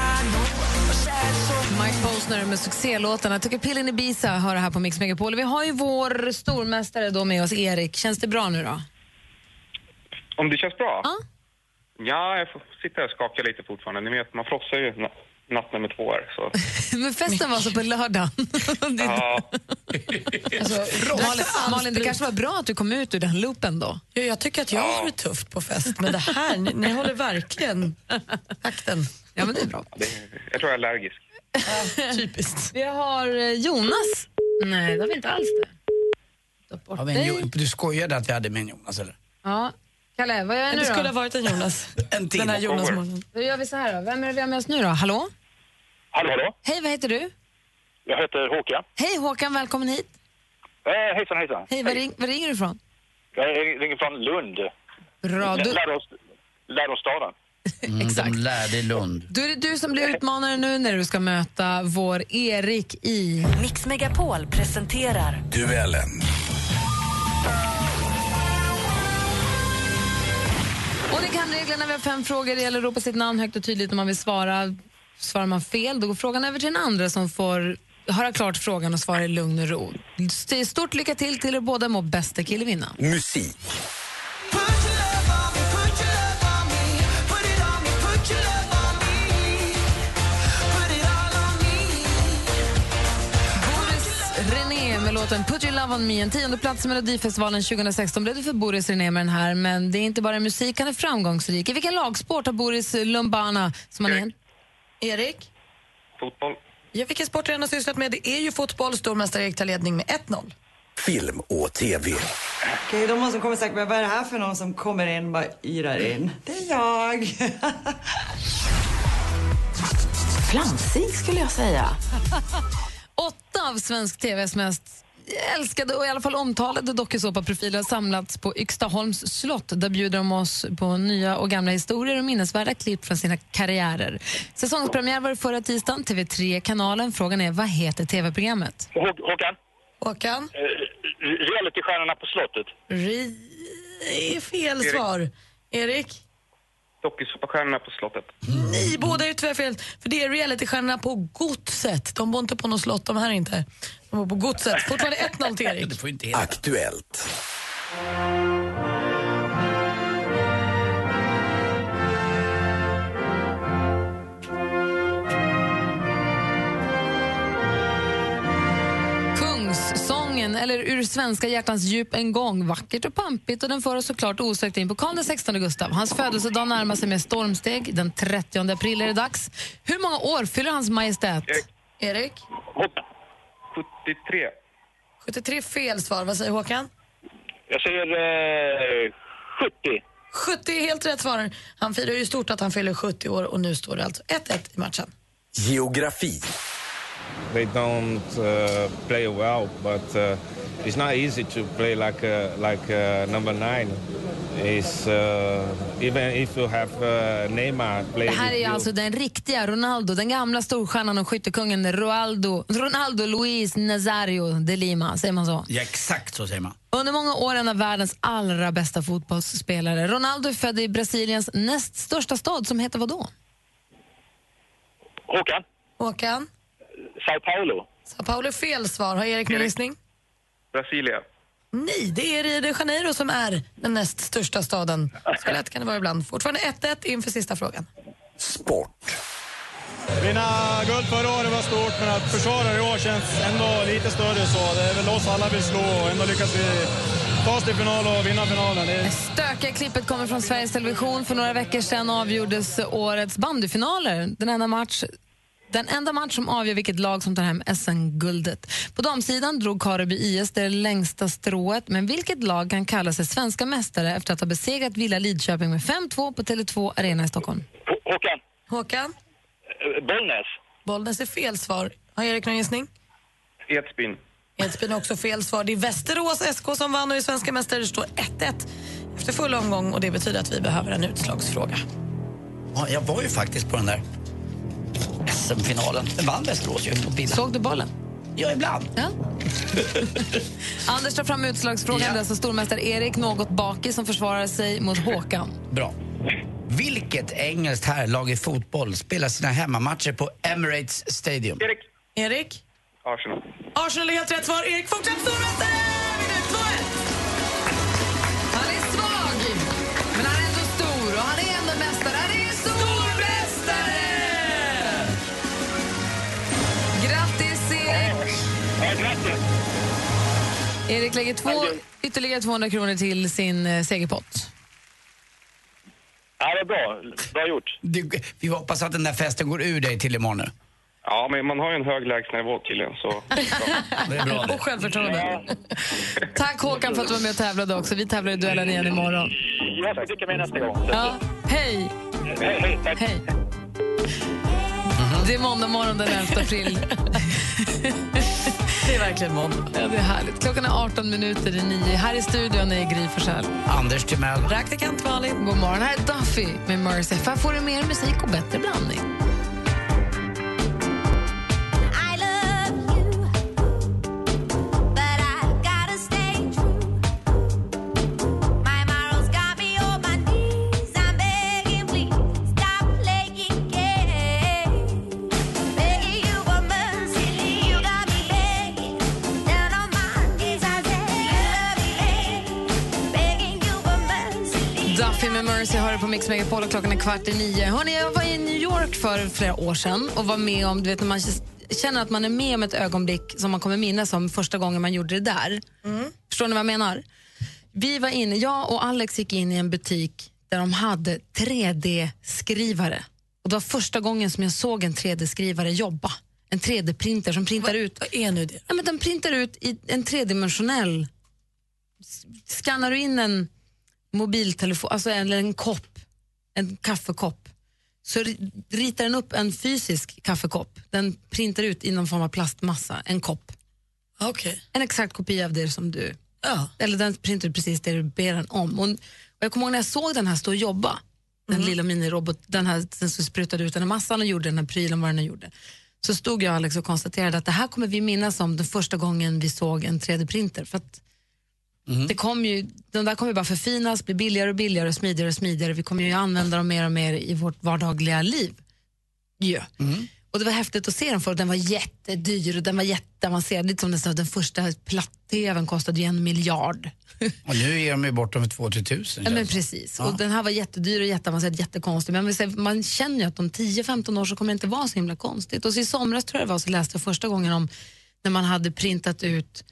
Mike Posner med succélåtarna Took a pill in Ibiza hör här på Mix Megapol. Vi har ju vår stormästare då med oss, Erik. Känns det bra nu då? Om det känns bra? Ja. Ja, jag får sitta här och skaka lite fortfarande. Ni vet, man frossar ju natt nummer 2 här. Så. Men festen var så på lördagen. Ja. Malin, det kanske var bra att du kom ut ur den loopen då. Ja, jag tycker att jag har det tufft på fest, men det här, ni håller verkligen takten. Ja, men det är bra. Jag tror jag är allergisk. Typiskt. Vi har Jonas. Nej, det har vi inte alls det. Du skojade att vi hade med en Jonas, eller? Ja. Kalle, vad gör jag nu då? Det skulle ha varit en Jonas. En till. Den här Jonas-morgonen. Då gör vi så här då. Vem är det vi har med oss nu då? Hallå? Hallå? Hej, vad heter du? Jag heter Håkan. Hej Håkan, välkommen hit. Hejsan. Hej, var ringer du ifrån? Jag ringer från Lund. Bra, Lärostaden. Exakt. De lärde i Lund. Då är det du som blir utmanare nu när du ska möta vår Erik i Mix Megapol presenterar Duellen. Och det kan reglerna, vi har 5 frågor. Det gäller att ropa sitt namn högt och tydligt om man vill svara. Svarar man fel, då går frågan över till den andra som får höra klart frågan och svara i lugn och ro. Stort lycka till er båda, må bästa kille vinna. Musik. René med låten Put Your Love On Me. En 10:e plats i Melodifestivalen 2016 blev det för Boris René med den här. Men det är inte bara musik, han är framgångsrik. I vilken lagsport har Boris Lumbana som han är? Erik? Fotboll. Ja, vilken sport har han sysslat med? Det är ju fotboll. Stormästare Erik tar ledning med 1-0. Film och TV. Okej, de som kommer säkert med, vad är det här för någon som kommer in och bara yrar in? Det är jag. Flamsig skulle jag säga. 8 av svensk TVs mest älskade och i alla fall omtalade dokusåpaprofiler har samlats på Yxtaholms slott. Där bjuder de oss på nya och gamla historier och minnesvärda klipp från sina karriärer. Säsongspremiär var det förra tisdagen, TV3-kanalen. Frågan är, vad heter TV-programmet? Håkan? Realitystjärnorna på slottet. Fel svar. Erik? Dokusåpastjärnorna på slottet. Nej, båda är tyvärr fel. För det är realitystjärnorna på Godset. De bor inte på något slott, de här inte. De bor på Godset. Fortfarande 1-0 till Erik. Det får inte heta. Aktuellt. Kungssången, eller Ur svenska hjärtans djup en gång. Vackert och pampigt, och den för oss såklart osökt in på Karl XVI Gustav. Hans födelsedag närmar sig med stormsteg. Den 30 april är det dags. Hur många år fyller hans majestät? Erik? 73. 73 fel svar. Vad säger Håkan? Jag säger 70. 70 är helt rätt svar. Han firar ju stort att han fyller 70 år och nu står det alltså 1-1 i matchen. Geografi. They don't play well, but it's not easy to play like number 9. Is even if you have Neymar play. Det här är alltså den riktiga Ronaldo, den gamla storstjärnan och skyttekungen Ronaldo Luis Nazario de Lima, säger man så? Ja, exakt så säger man. Under många år en av världens allra bästa fotbollsspelare. Ronaldo är född i Brasiliens näst största stad som heter vad då? Håkan? Sao Paulo. Sao Paulo är fel svar. Har Erik någon gissning? Brasilia. Nej, det är Rio de Janeiro som är den näst största staden. Så lätt kan det vara ibland. Fortfarande 1-1 inför sista frågan. Sport. Vinna guld förra året var stort, men att försvara i år känns ändå lite större så. Det är väl oss alla vill slå och ändå lyckas vi ta oss till final och vinna finalen. Det stökiga klippet kommer från Sveriges Television. För några veckor sedan avgjordes årets bandyfinaler. Den enda match som avgör vilket lag som tar hem SM-guldet. På damsidan drog Kareby IS det längsta strået. Men vilket lag kan kalla sig svenska mästare efter att ha besegrat Villa Lidköping med 5-2 på Tele2 Arena i Stockholm? Håkan? Bollnäs är fel svar. Har Erik någon gissning? Edsbyn är också fel svar. Det är Västerås SK som vann och är svenska mästare. Det står 1-1 efter full omgång och det betyder att vi behöver en utslagsfråga. Ja, jag var ju faktiskt på den där SM-finalen. Den vann Västerås ju. Såg du bollen? Ja, ibland. Ja. Anders tar fram utslagsfrågan. Ja. Det är alltså stormästare Erik något baki som försvarar sig mot Håkan. Bra. Vilket engelskt herrlag i fotboll spelar sina hemmamatcher på Emirates Stadium? Erik? Arsenal. Arsenal är helt rätt svar. Erik fortsatt stormästare! Minut 2-1. Han är svag, men han är ändå stor och han är ändå mästare. Han är stormästare! Grattis, Erik! Ja, grattis! Erik lägger ytterligare 200 kronor till sin segerpott. Ja, det är bra. Bra gjort. Vi hoppas att den där festen går ur dig till imorgon nu. Ja, men man har ju en hög lägstanivå tydligen, så... Det är bra. Och självförtroende. Tack Håkan för att du var med och tävlade också. Vi tävlar i duellen igen imorgon. Jag ska tycka med nästa gång. Ja, hej! Hej, tack. Hej. Det är måndag morgon den 11 april. Det är verkligen måndag. Ja, det är härligt. Klockan är 18 minuter i 9. Här i studion är Gry Forssell. Anders Timell. Praktikant Malin. God morgon. Här är Duffy med Mercy. För får du mer musik och bättre blandning. Med Mercy har du på Mix Megapol och klockan är 8:15. Hörrni, jag var i New York för flera år sedan och var med om, du vet, när man känner att man är med om ett ögonblick som man kommer minnas om första gången man gjorde det där. Förstår ni vad jag menar? Vi var inne, jag och Alex gick in i en butik där de hade 3D-skrivare. Och det var första gången som jag såg en 3D-skrivare jobba. En 3D-printer som printar ut... Vad är nu det? Ja, men den printar ut i en tredimensionell... Skannar du in en mobiltelefon, alltså en kopp, en kaffekopp, så ritar den upp en fysisk kaffekopp. Den printar ut i någon form av plastmassa, en kopp. Okay. En exakt kopia av det som du... Ja. Eller den printar ut precis det du ber den om. Och jag kommer ihåg när jag såg den här stå och jobba, den lilla minirobot, den som sprutade ut den här massan och gjorde den här prylen vad den gjorde. Så stod jag, Alex, och konstaterade att det här kommer vi minnas om den första gången vi såg en 3D-printer. För att det kom ju, de där kommer bara förfinas, bli billigare och billigare och smidigare och smidigare. Vi kommer ju använda dem mer och mer i vårt vardagliga liv. Ja. Och det var häftigt att se den för den var jättedyr och den var jätteavancerad. Lite som den första platt-tvn kostade ju 1 miljard. Och nu är de ju bortom 2-3 tusen. Ja, men precis. Ja. Och den här var jättedyr och jätteavancerad, jättekonstig. Men man känner ju att om 10-15 år så kommer det inte vara så himla konstigt. Och så i somras tror jag det var så läste jag första gången om när man hade printat ut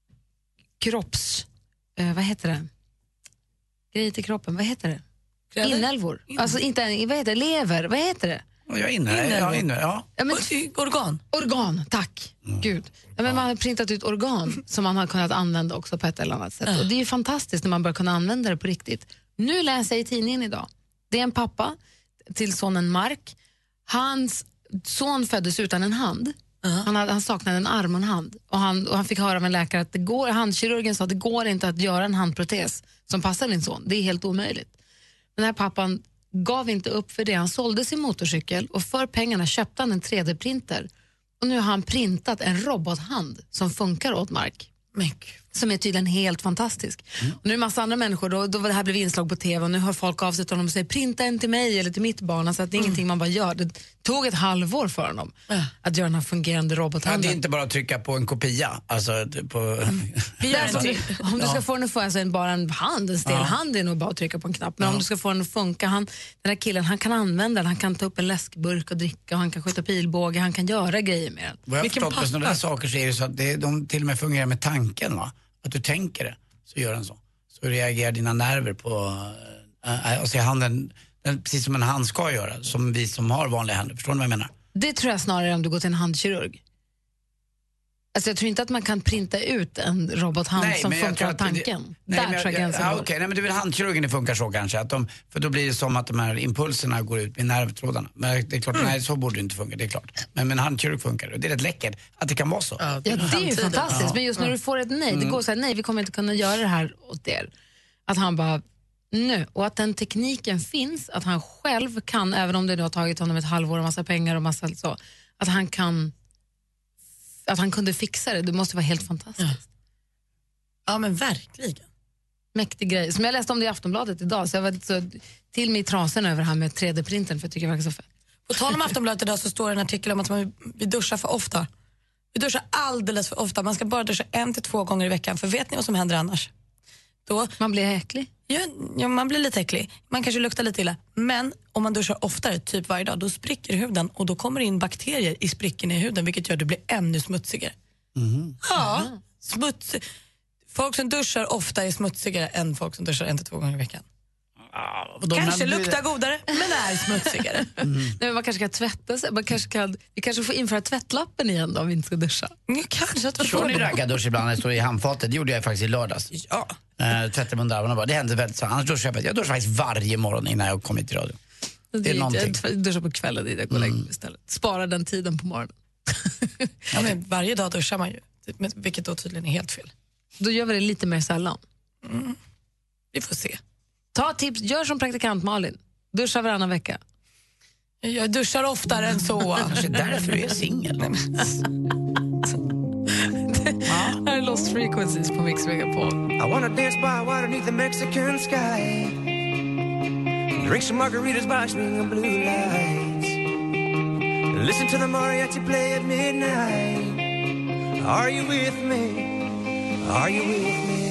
vad heter det? Grejer till kroppen, vad heter det? Inälvor. Alltså inte, vad heter det? Lever, vad heter det? Jag är inne. Ja, men, organ, tack. Gud. Ja, men man har printat ut organ som man har kunnat använda också på ett eller annat sätt. Och det är ju fantastiskt när man börjar kunna använda det på riktigt. Nu läser jag i tidningen idag. Det är en pappa till sonen Mark. Hans son föddes utan en hand. Han saknade en arm och en hand. Och han fick höra av en läkare att handkirurgen sa att det går inte att göra en handprotes som passar din son. Det är helt omöjligt. Men den här pappan gav inte upp för det. Han sålde sin motorcykel och för pengarna köpte han en 3D-printer. Och nu har han printat en robothand som funkar åt Mark. Som är tydligen helt fantastisk. Och nu är det massa andra människor, då det här blev inslag på tv och nu har folk av sig till honom och säger printa en till mig eller till mitt barn. Alltså att det är ingenting man bara gör. Det tog ett halvår för honom att göra den här fungerande robothanden. Det är inte bara att trycka på en kopia. Alltså, om du ska få den att få bara en hand, en stel hand är nog bara att trycka på en knapp. Men om du ska få den att funka, den här killen, han kan använda den. Han kan ta upp en läskburk och dricka och han kan skjuta pilbåge, han kan göra grejer med den. Vad jag har förstått med sådana där saker så är det så att de till och med fungerar med tanken, va? Att du tänker det, så gör den så. Så reagerar dina nerver på och se handen, precis som en hand ska göra, som vi som har vanliga händer. Förstår ni vad jag menar? Det tror jag snarare om du går till en handkirurg. Alltså jag tror inte att man kan printa ut en robothand som funkar av tanken. Men det är väl handkirurgen det funkar så kanske. För då blir det som att de här impulserna går ut med nervtrådarna. Men det är klart, nej, så borde det inte funka, det är klart. Men en handkirurg funkar det. Och det är rätt läckert att det kan vara så. Ja, det är ju fantastiskt. Men just när du får ett nej, det går så här, nej, vi kommer inte kunna göra det här åt er. Att han bara, nu. Och att den tekniken finns, att han själv kan, även om det då har tagit honom ett halvår och massa pengar och massa så, att han kan... Att han kunde fixa det måste vara helt fantastiskt. Ja, men verkligen. Mäktig grej. Som jag läste om det i Aftonbladet idag, så jag var så till mig i trasen över det här med 3D-printen, för jag tycker det verkar så fett. På tal om Aftonbladet idag så står det en artikel om att vi duschar för ofta. Vi duschar alldeles för ofta. Man ska bara duscha 1 till 2 gånger i veckan, för vet ni vad som händer annars? Då, man blir äcklig. Ja, man blir lite äcklig. Man kanske luktar lite illa. Men om man duschar oftare, typ varje dag, då spricker huden och då kommer det in bakterier i sprickorna i huden, vilket gör att du blir ännu smutsigare. Ja, folk som duschar ofta är smutsigare än folk som duschar 1 till 2 gånger i veckan. Kanske luktar godare, men är smutsigare. Nej, men man kanske kan tvätta sig. Vi kanske får införa tvättlappen igen då, om vi inte ska duscha. Kör ni raggardusch ibland när det står i handfatet? Det gjorde jag faktiskt i lördags. Ja. Tvättade med armarna bara. Det hände väldigt så. Annars duschar jag duschar faktiskt varje morgon innan jag kom hit till radio. Det är någonting. Jag duschar på kvällen dit jag går och lägger mig istället. Spara den tiden på morgonen. Ja, men varje dag duschar man ju, vilket då tydligen är helt fel. Då gör vi det lite mer sällan. Vi får se. Ta tips, gör som praktikant Malin. Duscha varannan vecka. Jag duschar oftare än så. Kanske därför du är singel. Här är Lost Frequencies på Mix Megapol. I wanna dance by water beneath the Mexican sky. Drink some margaritas by swinging blue lights. Listen to the mariachi play at midnight. Are you with me? Are you with me?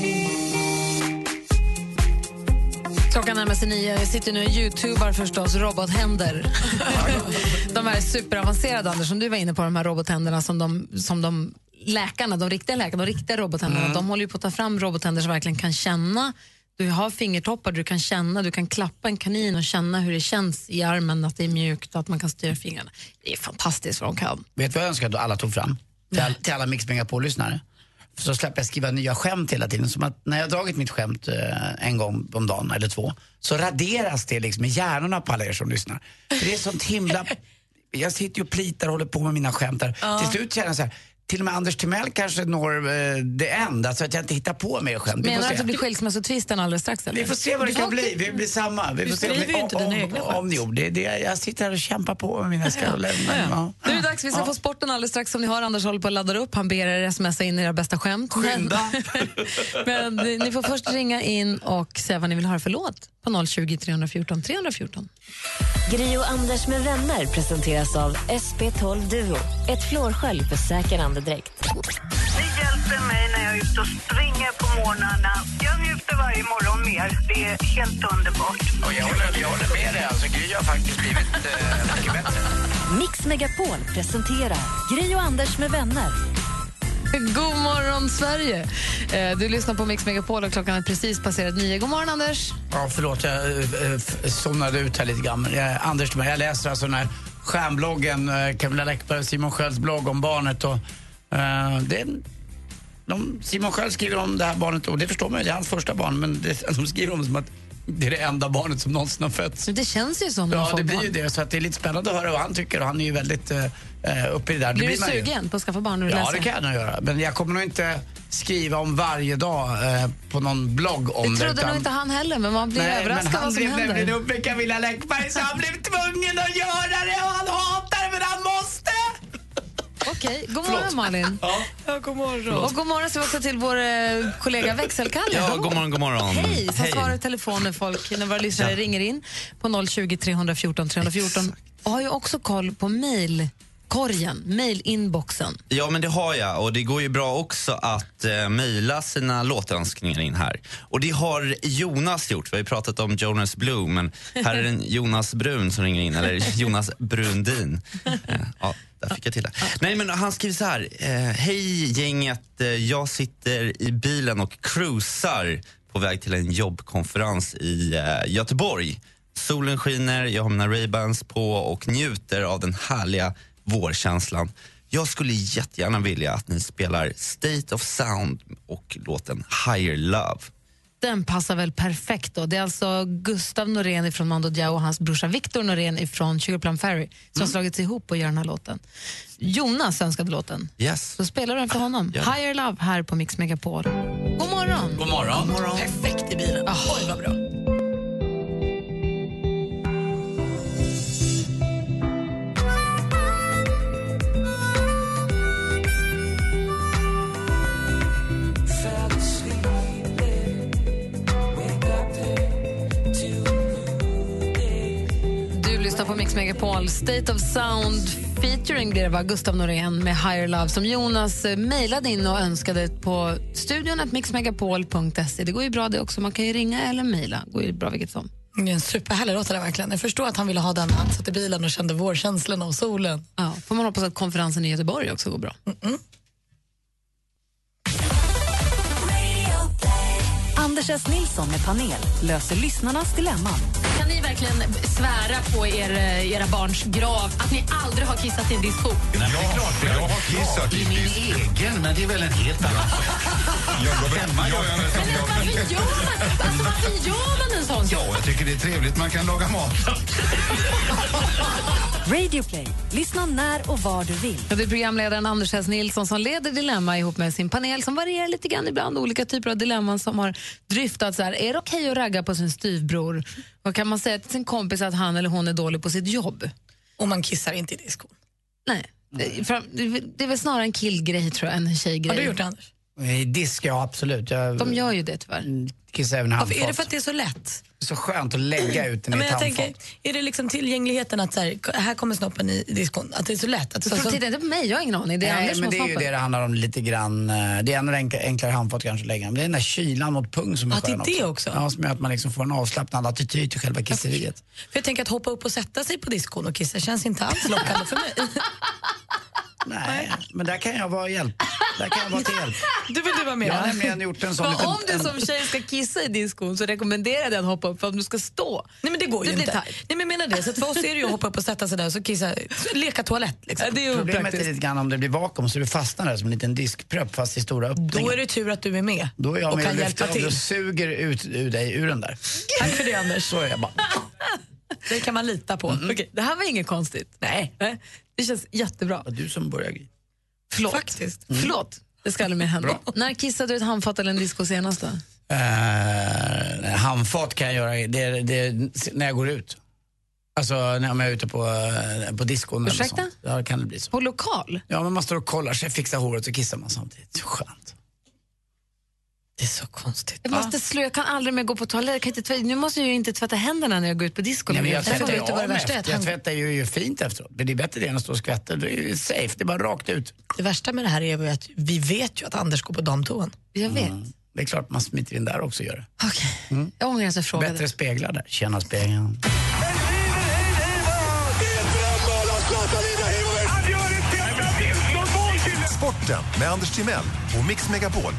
Klockan närmar sig 9. Jag sitter nu och youtubar förstås robothänder. De här superavancerade, Anders, som du var inne på, de här robothänderna som de läkarna, de riktiga robothänderna, de håller ju på att ta fram robothänder som verkligen kan känna. Du har fingertoppar, du kan känna, du kan klappa en kanin och känna hur det känns i armen, att det är mjukt och att man kan styra fingrarna. Det är fantastiskt vad de kan. Vet du vad jag önskar att alla tog fram? Till alla Mix Megapol-lyssnare. Så släpper jag skriva nya skämt hela tiden. Som att när jag har dragit mitt skämt en gång om dagen eller 2, så raderas det liksom i hjärnorna på alla er som lyssnar. För det är sånt himla... Jag sitter ju och plitar och håller på med mina skämt där. Till slut känner jag så här... Till och med Anders Timell kanske når det enda, så att jag inte hittar på mer skämt. Menar du att det blir skilsmässotvisten alldeles strax? Eller? Vi får se vad det kan bli. Vi blir samma. Vi får se jag sitter här och kämpar på med mina skallar. Nu är det dags, vi ska få sporten alldeles strax, som ni har. Anders håller på att ladda upp. Han ber er smsa in era bästa skämt. Skynda! Men ni får först ringa in och säga vad ni vill höra för låt på 020 314 314. Gri och Anders med vänner presenteras av SP12 Duo. Ett flårskölj för säker andedräkt. Det hjälper mig när jag är ute och springer på morgnarna. Jag njuter varje morgon mer. Det är helt underbart. Och jag håller med dig. Alltså, Gry har faktiskt blivit mycket bättre. Mix Megapol presenterar Gri och Anders med vänner. God morgon, Sverige. Du lyssnar på Mix Megapol och klockan är precis passerat 9. God morgon, Anders. Ja, förlåt, jag somnade ut här lite grann. Anders, jag läser alltså den här stjärnbloggen, Camilla Läckberg och Simon Skölds blogg om barnet. Och, Simon Sköld skriver om det här barnet, och det förstår man ju, det är hans första barn, men de skriver om det som att det är det enda barnet som någonsin har fötts. Det känns ju som. Ja, det blir ju det, så att det är lite spännande att höra vad han tycker, och han är ju väldigt uppe i det där. Blir du sugen på att skaffa barn? Ja, det kan jag göra, men jag kommer nog inte skriva om varje dag på någon blogg om det. Det trodde nog inte han heller, men man blir överraskad vad som händer. Han blev nämligen upp med Camilla Läckberg, så han blev tvungen att göra det, och han hatar det, men han måste! Okej, god morgon Malin. Ja, god morgon. Och god morgon så också till vår kollega Växelkalle. Ja, god morgon. Hej, som svarar i telefon när folk, när våra lyssnare ringer in på 020 314 314. Och har ju också koll på mejlkorgen, mejlinboxen. Ja, men det har jag, och det går ju bra också att mejla sina låtönskningar in här. Och det har Jonas gjort. Vi har ju pratat om Jonas Blue, men här är det Jonas Brun som ringer in, eller Jonas Brundin. Ja, där fick jag till det. Nej, men han skriver så här: hej gänget, jag sitter i bilen och cruisar på väg till en jobbkonferens i Göteborg. Solen skiner, jag har mina Ray-Bans på och njuter av den härliga vårkänslan. Jag skulle jättegärna vilja att ni spelar State of Sound och låten Higher Love. Den passar väl perfekt då. Det är alltså Gustav Norén från Mando Diao och hans brorsa Victor Norén från Sugar Plum Fairy som har slagits ihop och gör den här låten. Jonas önskade låten. Yes. Så spelar den för honom. Higher Love här på Mix Megapol. God morgon. God morgon. God morgon. Perfekt i bilen. Oj, vad bra. På Mix Megapol, State of Sound featuring det var Gustav Norén med Higher Love som Jonas mejlade in och önskade på studion at mixmegapol.se. Det går ju bra det också, man kan ju ringa eller mejla. Det går ju bra vilket som. Det är en superhärlig låt det verkligen. Jag förstår att han ville ha den när han satt i bilen och kände vårkänslan av solen. Ja, får man hoppas att konferensen i Göteborg också går bra. Anders S. Nilsson med panel löser lyssnarnas dilemman. Kan ni verkligen svära på era barns grav att ni aldrig har kissat i en disco? Ja, jag har kissat i min egen, men det är väl en helt annan sak. Varför gör man en sån sak? Ja, jag tycker det är trevligt. Man kan laga mat. Radio Play. Lyssna när och var du vill. Det är programledaren Anders S. Nilsson som leder Dilemma ihop med sin panel som varierar lite grann ibland. Olika typer av dilemman som har dryftat så här. Är det okej att ragga på sin styvbror? Och kan man säga till sin kompis att han eller hon är dålig på sitt jobb? Och man kissar inte i diskon. Nej, det är väl snarare en killgrej tror jag, en tjejgrej. Har du gjort det, Anders? I disk, ja absolut. De gör ju det tyvärr. Kissar även handfat. Är det för att det är så lätt? Så skönt att lägga ut den i ett handfat. Är det liksom tillgängligheten att så här kommer snoppen i diskon? Att det är så lätt? Att titta inte på mig, jag har ingen aning. Det är Anders men det är ju det handlar om lite grann. Det är ännu enklare handfat kanske lägga. Men det är den där kylan mot pung som är skön det också. Ja, som gör att man liksom får en avslappnad attityd till själva kisseriet. För jag tänker att hoppa upp och sätta sig på diskon och kissa känns inte alls lockande för mig. Nej, men där kan jag vara hjälp. Där kan jag vara till hjälp. Du vill vara med? Jag har nämligen gjort en sån om du som tjej ska kissa i diskon så rekommenderar jag att hoppa upp för om du ska stå. Nej men det går ju inte. Nej men jag menar det. Så att för oss är det ju att hoppa upp och sätta sig där och så kissa, leka toalett liksom. Det är problemet är lite grann om det blir vakuum så du fastnar där som en liten diskpröpp fast i stora öppningar. Då är det tur att du är med. Då är jag med och kan hjälpa till. Och suger ut ur dig ur den där. Tack för det Anders. Så är jag bara. Det kan man lita på. Okej, det här var inget konstigt. Nej. Det känns jättebra. Det var du som började. Förlåt. Faktiskt. Förlåt. Det ska aldrig mer hända. När kissade du ett handfat eller en disco senast då? Handfat kan jag göra det när jag går ut. Alltså när jag är ute på discon. Ursäkta? Ja, kan det bli så. På lokal? Ja, men man står och kollar sig, fixar håret och kissar man samtidigt. Så skönt. Det är så konstigt. Jag kan aldrig mer gå på toalett. Nu måste jag ju inte tvätta händerna när jag går ut på disco. Nej, men jag tvättar ju fint efteråt. Men det är bättre det än att stå och skvätta. Det är safe, det är bara rakt ut. Det värsta med det här är ju att vi vet ju att Anders går på damtoan. Jag vet. Det är klart man smiter in där också gör det. Okej. Jag ångrar att jag frågade. Bättre speglar där. Tjena spegeln. Sporten med Anders Timell och Mix Megapol.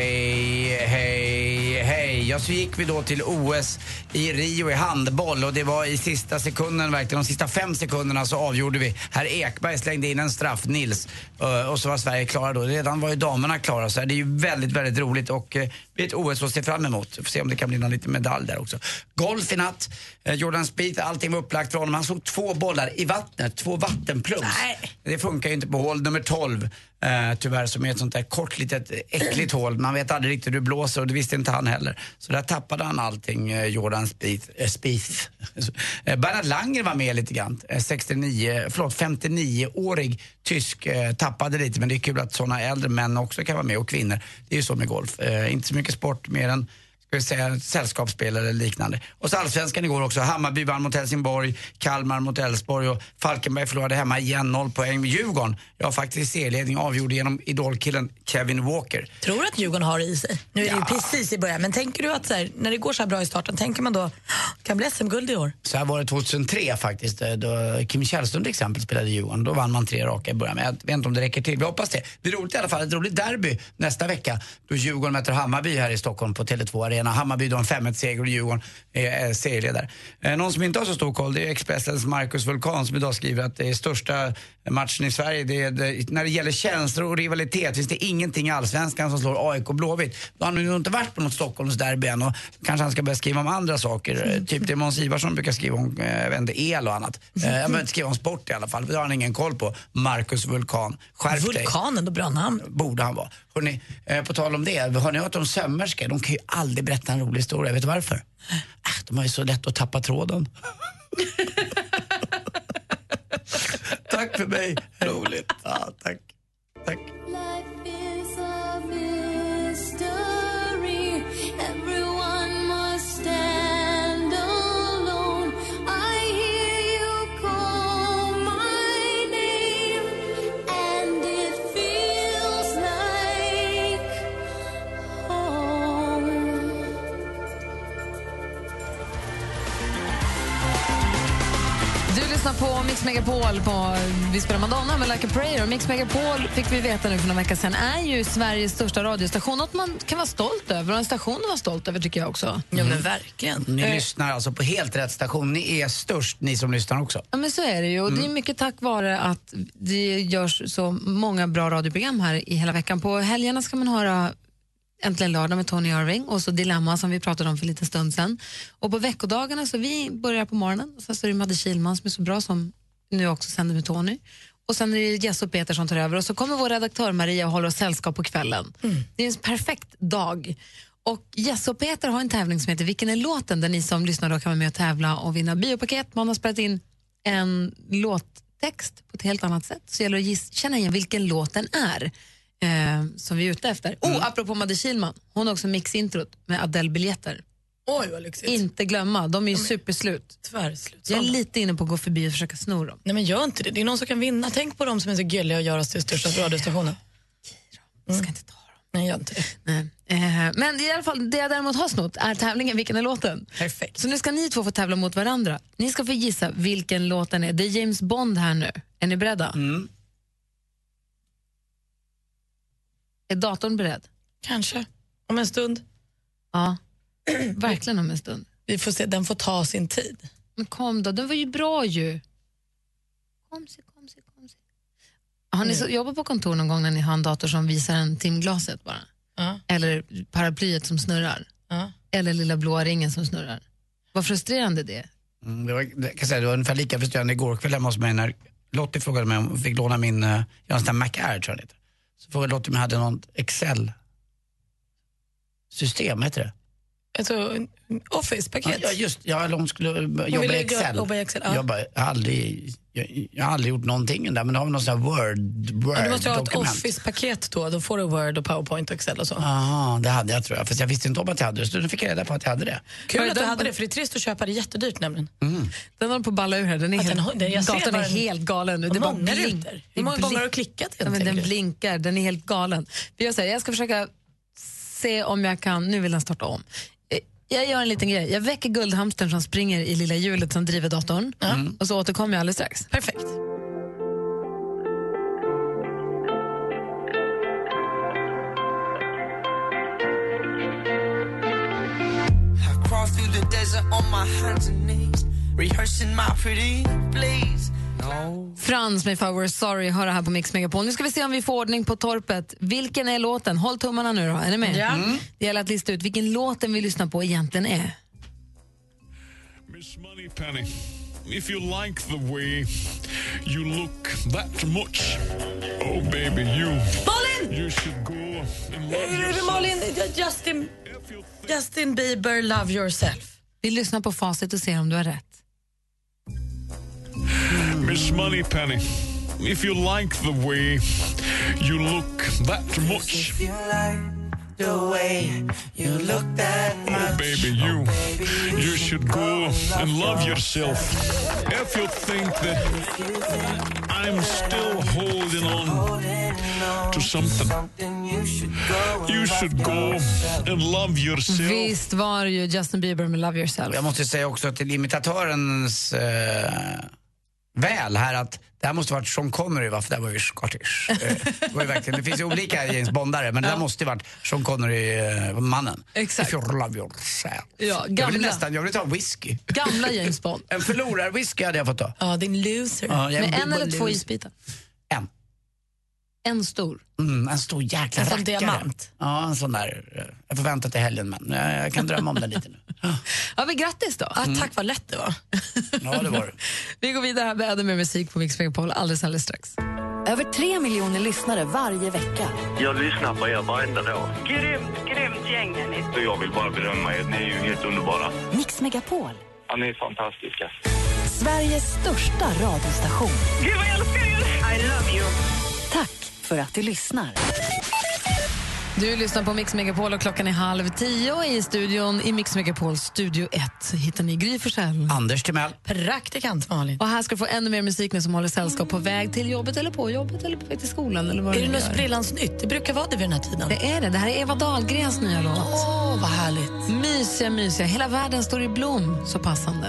Hej. Ja, så gick vi då till OS i Rio i handboll och det var i sista sekunden, verkligen de sista 5 sekunderna så avgjorde vi. Herr Ekberg slängde in en straff, Nils, och så var Sverige klara då. Redan var ju damerna klara, så det är ju väldigt, väldigt roligt och det är ett OS att se fram emot. Får se om det kan bli någon liten medalj där också. Golf i natt, Jordan Spieth, allting var upplagt för honom. Han såg 2 bollar i vattnet, 2 vattenplums. Det funkar ju inte på hål nummer 12. Tyvärr, som är ett sånt där kort litet äckligt hål. Man vet aldrig riktigt hur det blåser och det visste inte han heller. Så där tappade han allting, Jordan Spieth. Bernhard Langer var med lite grann. 59-årig tysk, tappade lite, men det är kul att såna äldre män också kan vara med och kvinnor. Det är ju så med golf. Inte så mycket sport mer än sällskapsspel eller liknande. Och så allsvenskan igår också. Hammarby vann mot Helsingborg, Kalmar mot Elfsborg och Falkenberg förlorade hemma igen 0 poäng med Djurgården. Jag faktiskt serieledning avgjorde genom idolkillen Kevin Walker. Tror du att Djurgården har i sig? Nu är det ju precis i början, men tänker du att så här, när det går så här bra i starten, tänker man då kan bli SM-guld i år? Så här var det 2003 faktiskt, då Kim Källström till exempel spelade i Djurgården. Då vann man 3 raka i början, men jag vet inte om det räcker till. Vi hoppas det. Det är roligt i alla fall, ett roligt derby nästa vecka då Djurgården möter Hammarby här i Stockholm på Tele2 Arena. Hammarby då en 5-1-seger och Djurgården är serieledare. Någon som inte har så stor koll, det är Expressens Marcus Vulkan som idag skriver att det är största matchen i Sverige. När det gäller känslor och rivalitet finns det ingenting i allsvenskan som slår AIK Blåvitt. Då har han ju inte varit på något Stockholms derby än och kanske han ska börja skriva om andra saker. Typ det Måns Ivarsson brukar skriva om el och annat. Jag behöver inte skriva om sport i alla fall, för det har han ingen koll på. Marcus Vulkan. Skärp dig. Vulkanen, då bra namn. Borde han vara. Hörrni, på tal om det, har ni hört om sömmerskor? De kan ju aldrig berätta en rolig historia. Vet du varför? De har ju så lätt att tappa tråden. Tack för mig. Roligt. Ja, tack. Tack. På Mix Megapol vi spelar Madonna med Like a Prayer och Mix Megapol fick vi veta nu för några veckor sedan är ju Sveriges största radiostation, något man kan vara stolt över och en station att vara stolt över tycker jag också. Ja men verkligen. Ni lyssnar alltså på helt rätt station, ni är störst ni som lyssnar också. Ja men så är det ju och det är mycket tack vare att det görs så många bra radioprogram här i hela veckan. På helgerna ska man höra Äntligen lördag med Tony Irving och så Dilemma som vi pratade om för lite stund sedan. Och på veckodagarna så vi börjar på morgonen och sen så är det Madde Kilman som är så bra som nu också sänder med Tony. Och sen är det Jess och Peter som tar över och så kommer vår redaktör Maria och håller oss sällskap på kvällen. Det är en perfekt dag. Och Jess och Peter har en tävling som heter Vilken är låten? Där ni som lyssnar då kan vara med och tävla och vinna biopaket. Man har spelat in en låttext på ett helt annat sätt. Så gäller det att känna igen vilken låten är. Som vi är ute efter. Apropå Madde Kilman, hon har också mixintrot med Adele-biljetter. Oj, vad lyxigt. Inte glömma, de är ju superslut. Tvärslut. Jag är lite inne på att gå förbi och försöka sno dem. Nej men gör inte det, det är någon som kan vinna. Tänk på dem som är så gulliga och gör oss till största radiostationen. Jag ska inte ta dem. Nej, gör inte det. Nej. Men i alla fall, det jag däremot har snott är tävlingen Vilken är låten? Perfekt. Så nu ska ni två få tävla mot varandra. Ni ska få gissa vilken låten är. Det är James Bond här nu. Är ni beredda? Är datorn beredd? Kanske. Om en stund. Ja, verkligen om en stund. Vi får se, den får ta sin tid. Men kom då, den var ju bra ju. Kom se. Har ni jobbat på kontor någon gång när ni har en dator som visar en timglaset bara? Eller paraplyet som snurrar? Eller lilla blåa ringen som snurrar? Vad frustrerande det är. Det var ungefär lika frustrerande igår kväll hemma hos mig när Lottie frågade mig om jag fick låna min Mac Air, tror jag det. Så frågade Lottie om jag hade något Excel-system, heter det? Alltså Office-paket? Ja, just. Eller hon skulle jobba i Excel. Jag har aldrig gjort någonting där, men då har vi någon sån här Word-dokument. Du måste ha ett Office-paket då får du Word och PowerPoint och Excel och så. Ja, det hade jag tror jag. Fast jag visste inte om att jag hade det, så nu fick jag reda på att jag hade det. Kul att du hade det, för det är trist att köpa det jättedyrt nämligen. Den håller på att balla ur här. Datorn är helt galen nu. Det bara blinkar. Hur många gånger har du klickat? Den blinkar, den är helt galen. Jag ska försöka se om jag kan, nu vill den starta om. Jag gör en liten grej. Jag väcker guldhamstern som springer i lilla hjulet som driver datorn. Och så återkommer jag alldeles strax. Perfekt. on my hands and knees, rehearsing my pretty please. No. Frans med If I Were Sorry hör det här på Mix Megapol. Nu ska vi se om vi får ordning på torpet. Vilken är låten? Håll tummarna nu då, är ni med? Ja. Det gäller att lista ut vilken låten vi lyssnar på egentligen är. Miss Moneypenny, if you like the way you look that much, oh baby you, Malin! You should go and love yourself. Malin, Justin Bieber, Love Yourself. Vi lyssnar på facit och ser om du har rätt. Miss Moneypenny, if you like the way you look that much, If you like the way you look that much, oh baby you should go and love yourself. If you think that I'm still holding on to something, you should go and love yourself. Visst var det ju Justin Bieber med Love Yourself. Jag måste säga också till imitatörens väl här att det här måste varit Sean Connery, för det var ju Scottish. Det var ju verkligen, det finns ju olika James Bondare, men det där måste ju varit Sean Connery, mannen. Exakt. If you love yourself. Ja, Jag vill ta whisky. Gamla James Bond. En förlorar-whisky hade jag fått ta. Ja, din loser. Ja, med en eller två isbitar? En stor. En stor jäkla en rackare. diamant. Ja, en sån där. Jag får vänta till helgen, men jag kan drömma om den lite nu. Ja, men grattis då. Tack, vad lätt det var. Ja, det var det. Vi går vidare här med ännu mer musik på Mix Megapol alldeles strax. Över 3 miljoner lyssnare varje vecka. Jag lyssnar på er varenda dag. Grymt gäng är ni. Så jag vill bara berömma er. Ni är ju helt underbara. Mix Megapol. Ja, ni är fantastiska. Sveriges största radiostation. Gud vad jag älskar er! I love you. Tack för att du lyssnar. Du lyssnar på Mix Megapol och klockan är 9:30 i studion i Mix Megapol Studio 1. Hittar ni Gry Forssell, Anders Timell, praktikant Malin. Och här ska du få ännu mer musik nu som håller sällskap på väg till jobbet eller på jobbet eller på väg till skolan. Eller vad är det något sprillans nytt? Det brukar vara det vid den här tiden. Det är det. Det här är Eva Dahlgrens nya låt. Åh, vad härligt. Mysiga. Hela världen står i blom. Så passande.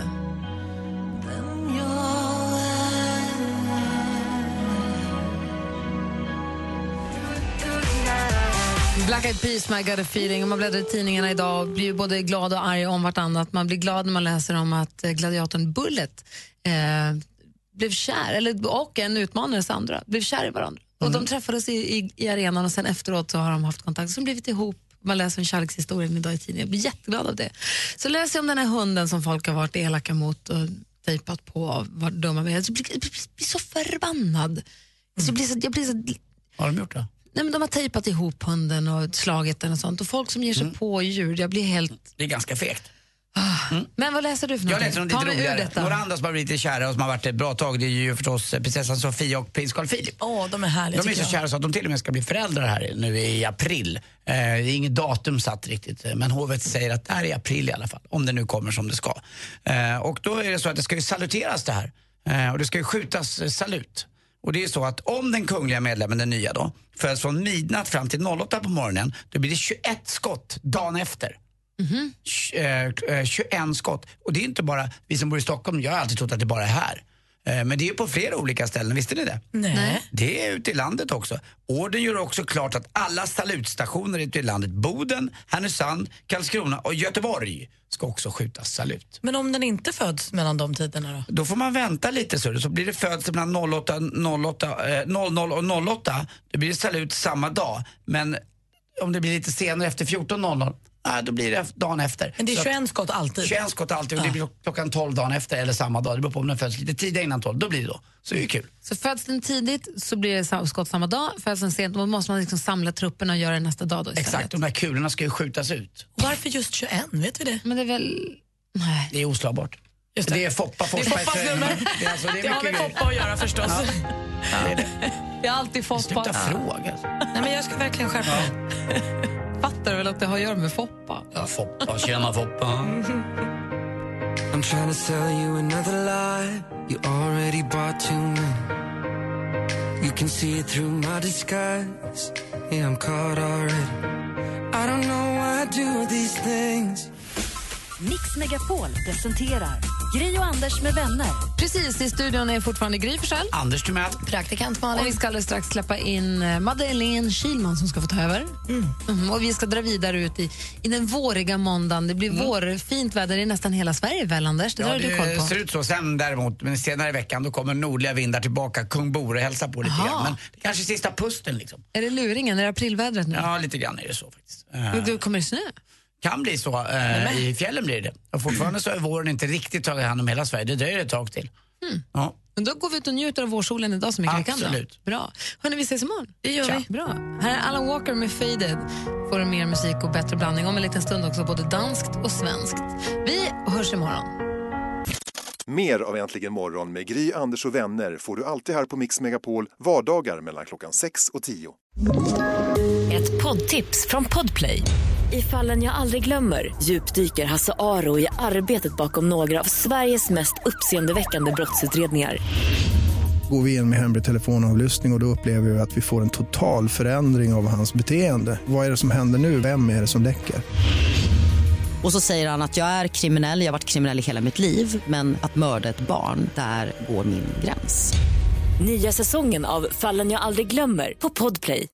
Black Eyed Peas, My God a Feeling. Om man bläddrar i tidningarna idag blir både glad och arg om vartannat. Man blir glad när man läser om att gladiatorn Bullet blev kär, och en utmanare, Sandra, blev kär i varandra. Och de träffades i arenan och sen efteråt så har de haft kontakt. Så de blivit ihop. Man läser en kärlekshistorien idag i tidningen. Jag blir jätteglad av det. Så läser jag om den här hunden som folk har varit elaka mot och tejpat på och varit dumma med. Jag blir så förbannad. Så jag blir så... Har de gjort det? Nej, men de har tejpat ihop hunden och slagit den och sånt. Och folk som ger sig på djur, jag blir helt... Det är ganska fegt. Men vad läser du för något? Jag läser någonting? lite roligare. Några andra som har blivit lite kära och som har varit ett bra tag, det är ju förstås prinsessan Sofia och prins Carl Philip. De är härliga. De är så kära så att de till och med ska bli föräldrar här nu i april. Det är inget datum satt riktigt, men hovet säger att det här är i april i alla fall, om det nu kommer som det ska. Och då är det så att det ska ju saluteras det här. Och det ska ju skjutas salut. Och det är så att om den kungliga medlemmen, den nya då, föds från midnatt fram till 08 på morgonen, då blir det 21 skott dagen efter. 21 skott. Och det är inte bara vi som bor i Stockholm, jag har alltid trott att det bara är här. Men det är på flera olika ställen, visste ni det? Nej. Det är ute i landet också. Orden gör också klart att alla salutstationer ute i landet, Boden, Härnösand, Karlskrona och Göteborg, ska också skjutas salut. Men om den inte föds mellan de tiderna då? Då får man vänta lite så blir det föds mellan 00 och 08, då blir det salut samma dag. Men om det blir lite senare efter 14.00, då blir det dagen efter. Men det är 21 skott alltid? 21 skott alltid, och det blir klockan 12 dagen efter eller samma dag. Det beror på om den föds lite tidigare innan 12, då blir det då. Så det är kul. Så föds den tidigt så blir det skott samma dag, föds den sent då måste man liksom samla trupperna och göra det nästa dag då istället. Exakt, de här kulorna ska ju skjutas ut. Varför just 21, vet vi det? Men det är väl... Nej. Det är oslagbart. Just det är Foppa Forsberg. Det har med Foppa att göra förstås. Ja, det är det. Det är alltid Foppa. Sluta fråga. Nej, men jag ska verkligen skärpa mig. Fattar du väl att det har att göra med Foppa? Ja, Foppa. Tjena Foppa. I'm trying to sell you another lie. You already bought too many. You can see it through my disguise. Yeah, I'm caught already. I don't know why I do these things. Mix Megapol presenterar Gry och Anders med vänner. Precis, i studion är fortfarande Gry Forssell. Anders Timell. Praktikant Malin. Och vi ska alldeles strax släppa in Madeleine Kilman som ska få ta över. Och vi ska dra vidare ut i den våriga måndagen. Det blir vårfint väder i nästan hela Sverige väl, Anders? Det har du koll på. Det ser ut så. Sen däremot, men senare i veckan då kommer nordliga vindar tillbaka. Kung Bore hälsa på lite grann. Men det kanske är sista pusten liksom. Är det luringen? Är det aprilvädret nu? Ja, lite grann är det så faktiskt. Du kommer det snö? Kan bli så. I fjällen blir det. Och fortfarande så är våren inte riktigt tagit hand om hela Sverige. Det dröjer ett tag till. Ja. Men då går vi ut och njuter av vårsolen idag så mycket vi kan. Absolut. Bra. Hörrni, vi ses imorgon. Det gör vi. Bra. Här är Alan Walker med Faded. Får mer musik och bättre blandning. Om en liten stund också både danskt och svenskt. Vi hörs imorgon. Mer av Äntligen morgon med Gry, Anders och vänner får du alltid här på Mix Megapol vardagar mellan klockan 6 och 10. Ett poddtips från Podplay. I Fallen jag aldrig glömmer djupdyker Hasse Aro i arbetet bakom några av Sveriges mest uppseendeväckande brottsutredningar. Går vi in med hemlig telefonavlyssning och då upplever vi att vi får en total förändring av hans beteende. Vad är det som händer nu? Vem är det som läcker? Och så säger han att jag är kriminell, jag har varit kriminell i hela mitt liv. Men att mörda ett barn, där går min gräns. Nya säsongen av Fallen jag aldrig glömmer på Podplay.